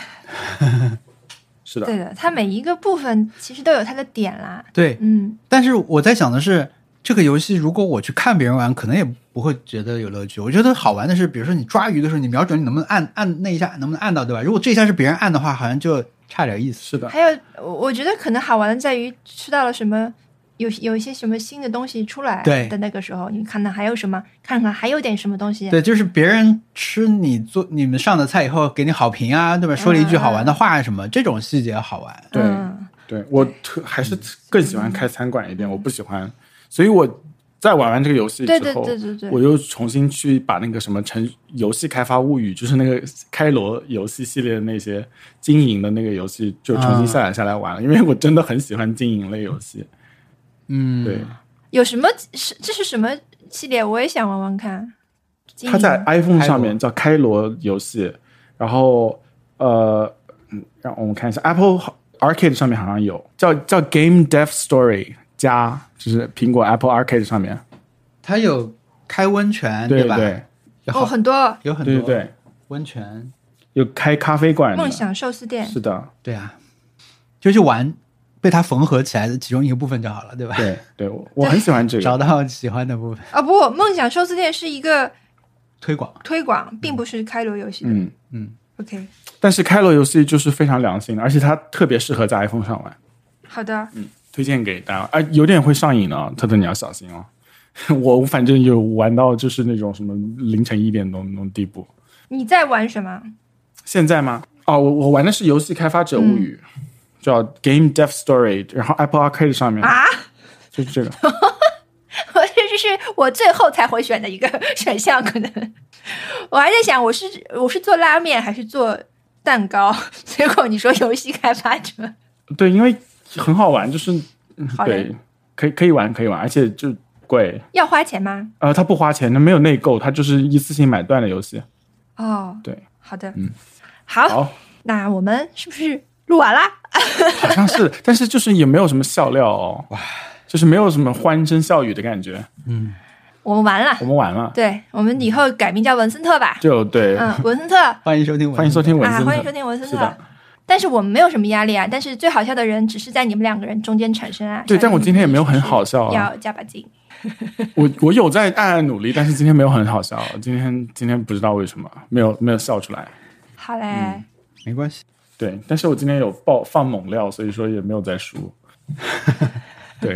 是的， 对的，它每一个部分其实都有它的点啦。 对，但是我在想的是，这个游戏如果我去看别人玩，可能也不会觉得有乐趣。我觉得好玩的是，比如说你抓鱼的时候，你瞄准你能不能按那一下，能不能按到，对吧？如果这一下是别人按的话，好像就差点意思。 是的。 还有，我觉得可能好玩的在于吃到了什么，有一些什么新的东西出来的那个时候，你看看还有什么，看看还有点什么东西。 对，就是别人吃你们上的菜以后给你好评啊，对吧？说了一句好玩的话什么，这种细节好玩。 对，我还是更喜欢开餐馆一点，我不喜欢，所以我在玩完这个游戏之后， 对， 我又重新去把那个什么游戏开发物语，就是那个开罗游戏系列的那些经营的那个游戏，就重新下来玩了，因为我真的很喜欢经营类游戏。对。 有什么这是什么系列？我也想玩玩看。 它在 iPhone 上面叫开罗游戏，然后让我们看一下 Apple Arcade 上面好像有叫 Game Dev Story 加，就是苹果 Apple Arcade 上面， 它有开温泉，对吧？ 对， 很多， 有很多， 对， 温泉有开咖啡馆的， 梦想寿司店， 是的， 对啊，就去玩被它缝合起来的其中一个部分就好了，对吧？ 对，我很喜欢这个， 找到喜欢的部分啊。不，梦想寿司店是一个推广， 并不是开罗游戏的。OK。 但是开罗游戏就是非常良心的，而且它特别适合在 iPhone 上玩。 好的， 推荐给大家。有点会上瘾的，特特你要小心哦。我反正有玩到就是那种什么凌晨1点钟那种地步。 你在玩什么？ 现在吗？我玩的是游戏开发者物语，叫 Game Dev Story， 然后 Apple Arcade 上面就是这个。这是我最后才会选的一个选项，可能我还在想我是做拉面还是做蛋糕，结果你说游戏开发者。 对，因为很好玩，就是好对，可以玩，而且就贵。 要花钱吗？ 它不花钱，它没有内购，它就是一次性买断的游戏。 哦， 对， 好的， 好， 那我们是不是录完啦？ 好像是，但是就是也没有什么笑料哦，就是没有什么欢声笑语的感觉。 我们完了，对，我们以后改名叫文森特吧。 就对， 文森特， 欢迎收听文森特， 欢迎收听文森特。 是的。 但是我们没有什么压力啊，但是最好笑的人只是在你们两个人中间产生啊。 对，但我今天也没有很好笑啊， 要加把劲。 我有在暗暗努力，但是今天没有很好笑，今天不知道为什么没有笑出来。 好嘞， 没关系。 对，但是我今天有放猛料，所以说也没有在输。对，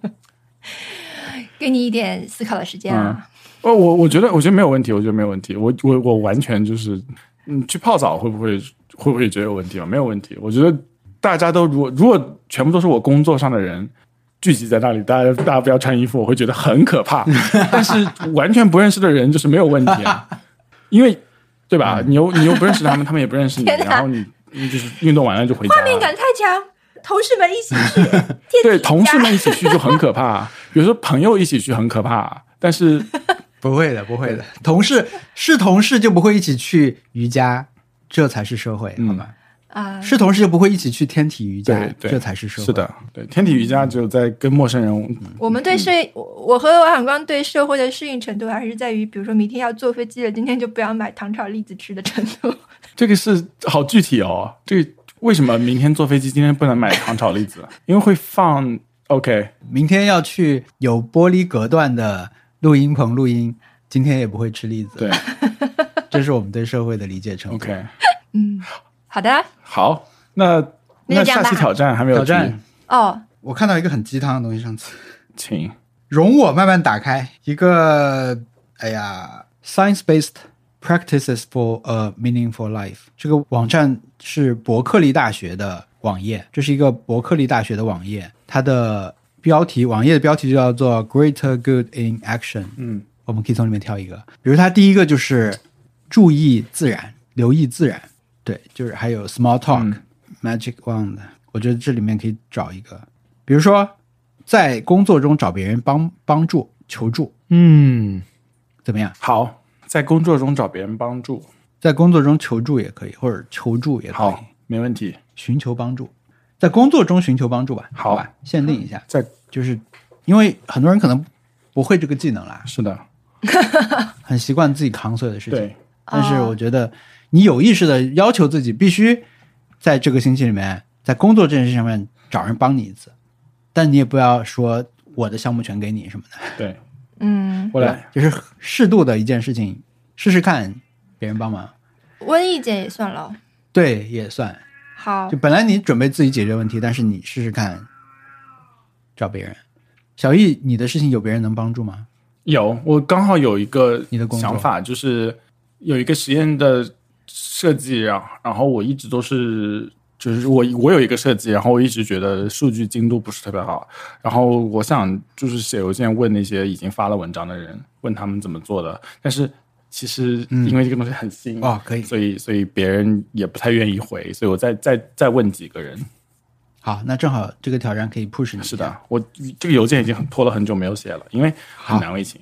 给你一点思考的时间啊。 我觉得没有问题，我完全就是去泡澡会不会觉得有问题吗？没有问题。我觉得大家都如果全部都是我工作上的人聚集在那里，大家不要穿衣服，我会觉得很可怕。但是完全不认识的人就是没有问题啊，因为对吧？你又不认识他们，他们也不认识你，然后你就是运动完了就回家了。 画面感太强，同事们一起去， 对，同事们一起去就很可怕。比如说朋友一起去很可怕，但是不会的，同事就不会一起去瑜伽，这才是社会，好吧？是同事就不会一起去天体瑜伽，这才是社会。 是的，对，天体瑜伽只有在跟陌生人。 我们对我和王小光对社会的适应程度，还是在于，比如说明天要坐飞机了，今天就不要买糖炒栗子吃的程度。 这个是好具体哦。这个为什么明天坐飞机，今天不能买糖炒栗子？因为会放 OK。 明天要去有玻璃隔断的录音棚录音，今天也不会吃栗子。 对， 这是我们对社会的理解程度。 OK。 好的， 好，那下期挑战还没有挑战哦。 我看到一个很鸡汤的东西，上次请容我慢慢打开一个，science-based practices for a meaningful life。这个网站是伯克利大学的网页，这是一个伯克利大学的网页，它的网页的标题就叫做 Greater Good in Action。我们可以从里面挑一个，比如它第一个就是注意自然，留意自然。对，就是还有 small talk、magic wand， 我觉得这里面可以找一个，比如说在工作中找别人帮助、求助，怎么样？ 好，在工作中找别人帮助， 在工作中求助也可以，或者求助也可以， 好，没问题。 寻求帮助，在工作中寻求帮助吧， 好吧，限定一下， 就是因为很多人可能不会这个技能啦， 是的， 很习惯自己扛所有的事情， 对， 但是我觉得你有意识的要求自己必须在这个星期里面，在工作这件事上面找人帮你一次，但你也不要说我的项目全给你什么的。 对， 我来，就是适度的一件事情，试试看别人帮忙。 问意见也算了， 对，也算。 好， 就本来你准备自己解决问题，但是你试试看找别人。小易，你的事情有别人能帮助吗？ 有，我刚好有一个你的想法，就是有一个实验的设计，然后我一直都是，就是我有一个设计，然后我一直觉得数据精度不是特别好，然后我想就是写邮件问那些已经发了文章的人，问他们怎么做的，但是其实因为这个东西很新可以， 所以别人也不太愿意回，所以我再问几个人。 好，那正好这个挑战可以 push 你。 是的，我这个邮件已经拖了很久没有写了，因为很难为情。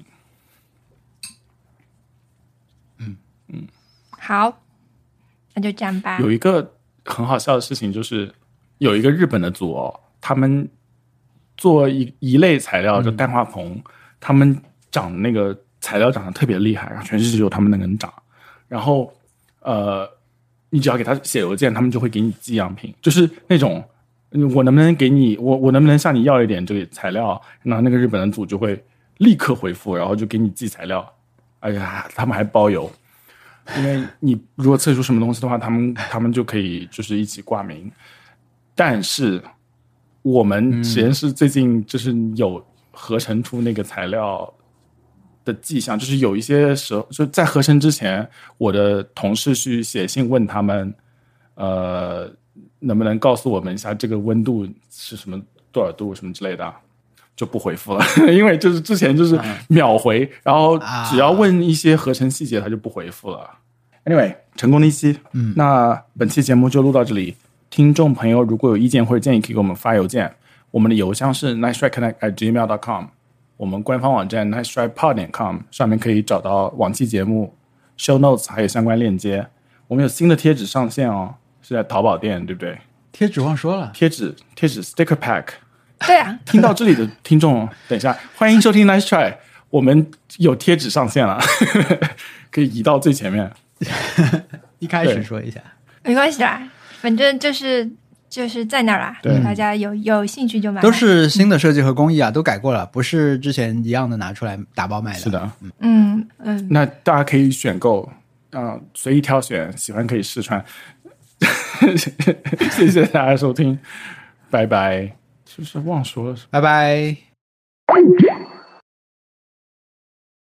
好，那就这样吧。 有一个很好笑的事情，就是有一个日本的组他们做一类材料叫氮化硼，他们长那个材料长得特别厉害，然后全世界只有他们能长。然后你只要给他写邮件，他们就会给你寄样品，就是那种我能不能给你，我能不能向你要一点这个材料？然后那个日本的组就会立刻回复，然后就给你寄材料。哎呀，他们还包邮。因为你如果测出什么东西的话，他们就可以就是一起挂名。但是我们实验室最近就是有合成出那个材料的迹象，就是有一些时候就在合成之前，我的同事去写信问他们，能不能告诉我们一下这个温度是什么多少度什么之类的。 就不回复了，因为就是之前就是秒回，然后只要问一些合成细节，他就不回复了。Anyway， 成功的一期，那本期节目就录到这里。听众朋友如果有意见或者建议，可以给我们发邮件，我们的邮箱是 nicestrikeconnect@gmail.com， 我们官方网站 nicestrikepod.com 上面可以找到往期节目 show notes 还有相关链接。我们有新的贴纸上线哦，是在淘宝店，对不对？ 贴纸忘说了， 贴纸 sticker pack。 对啊， 听到这里的听众，等一下，欢迎收听 Nice Try， 我们有贴纸上线了，可以移到最前面。 一开始说一下， 没关系啦，反正就是在那儿啦，大家有兴趣就买。 都是新的设计和工艺啊，都改过了，不是之前一样的拿出来打包卖的。 是的， 那大家可以选购，随意挑选，喜欢可以试穿。谢谢大家收听，拜拜。是不是忘说了？ 拜拜。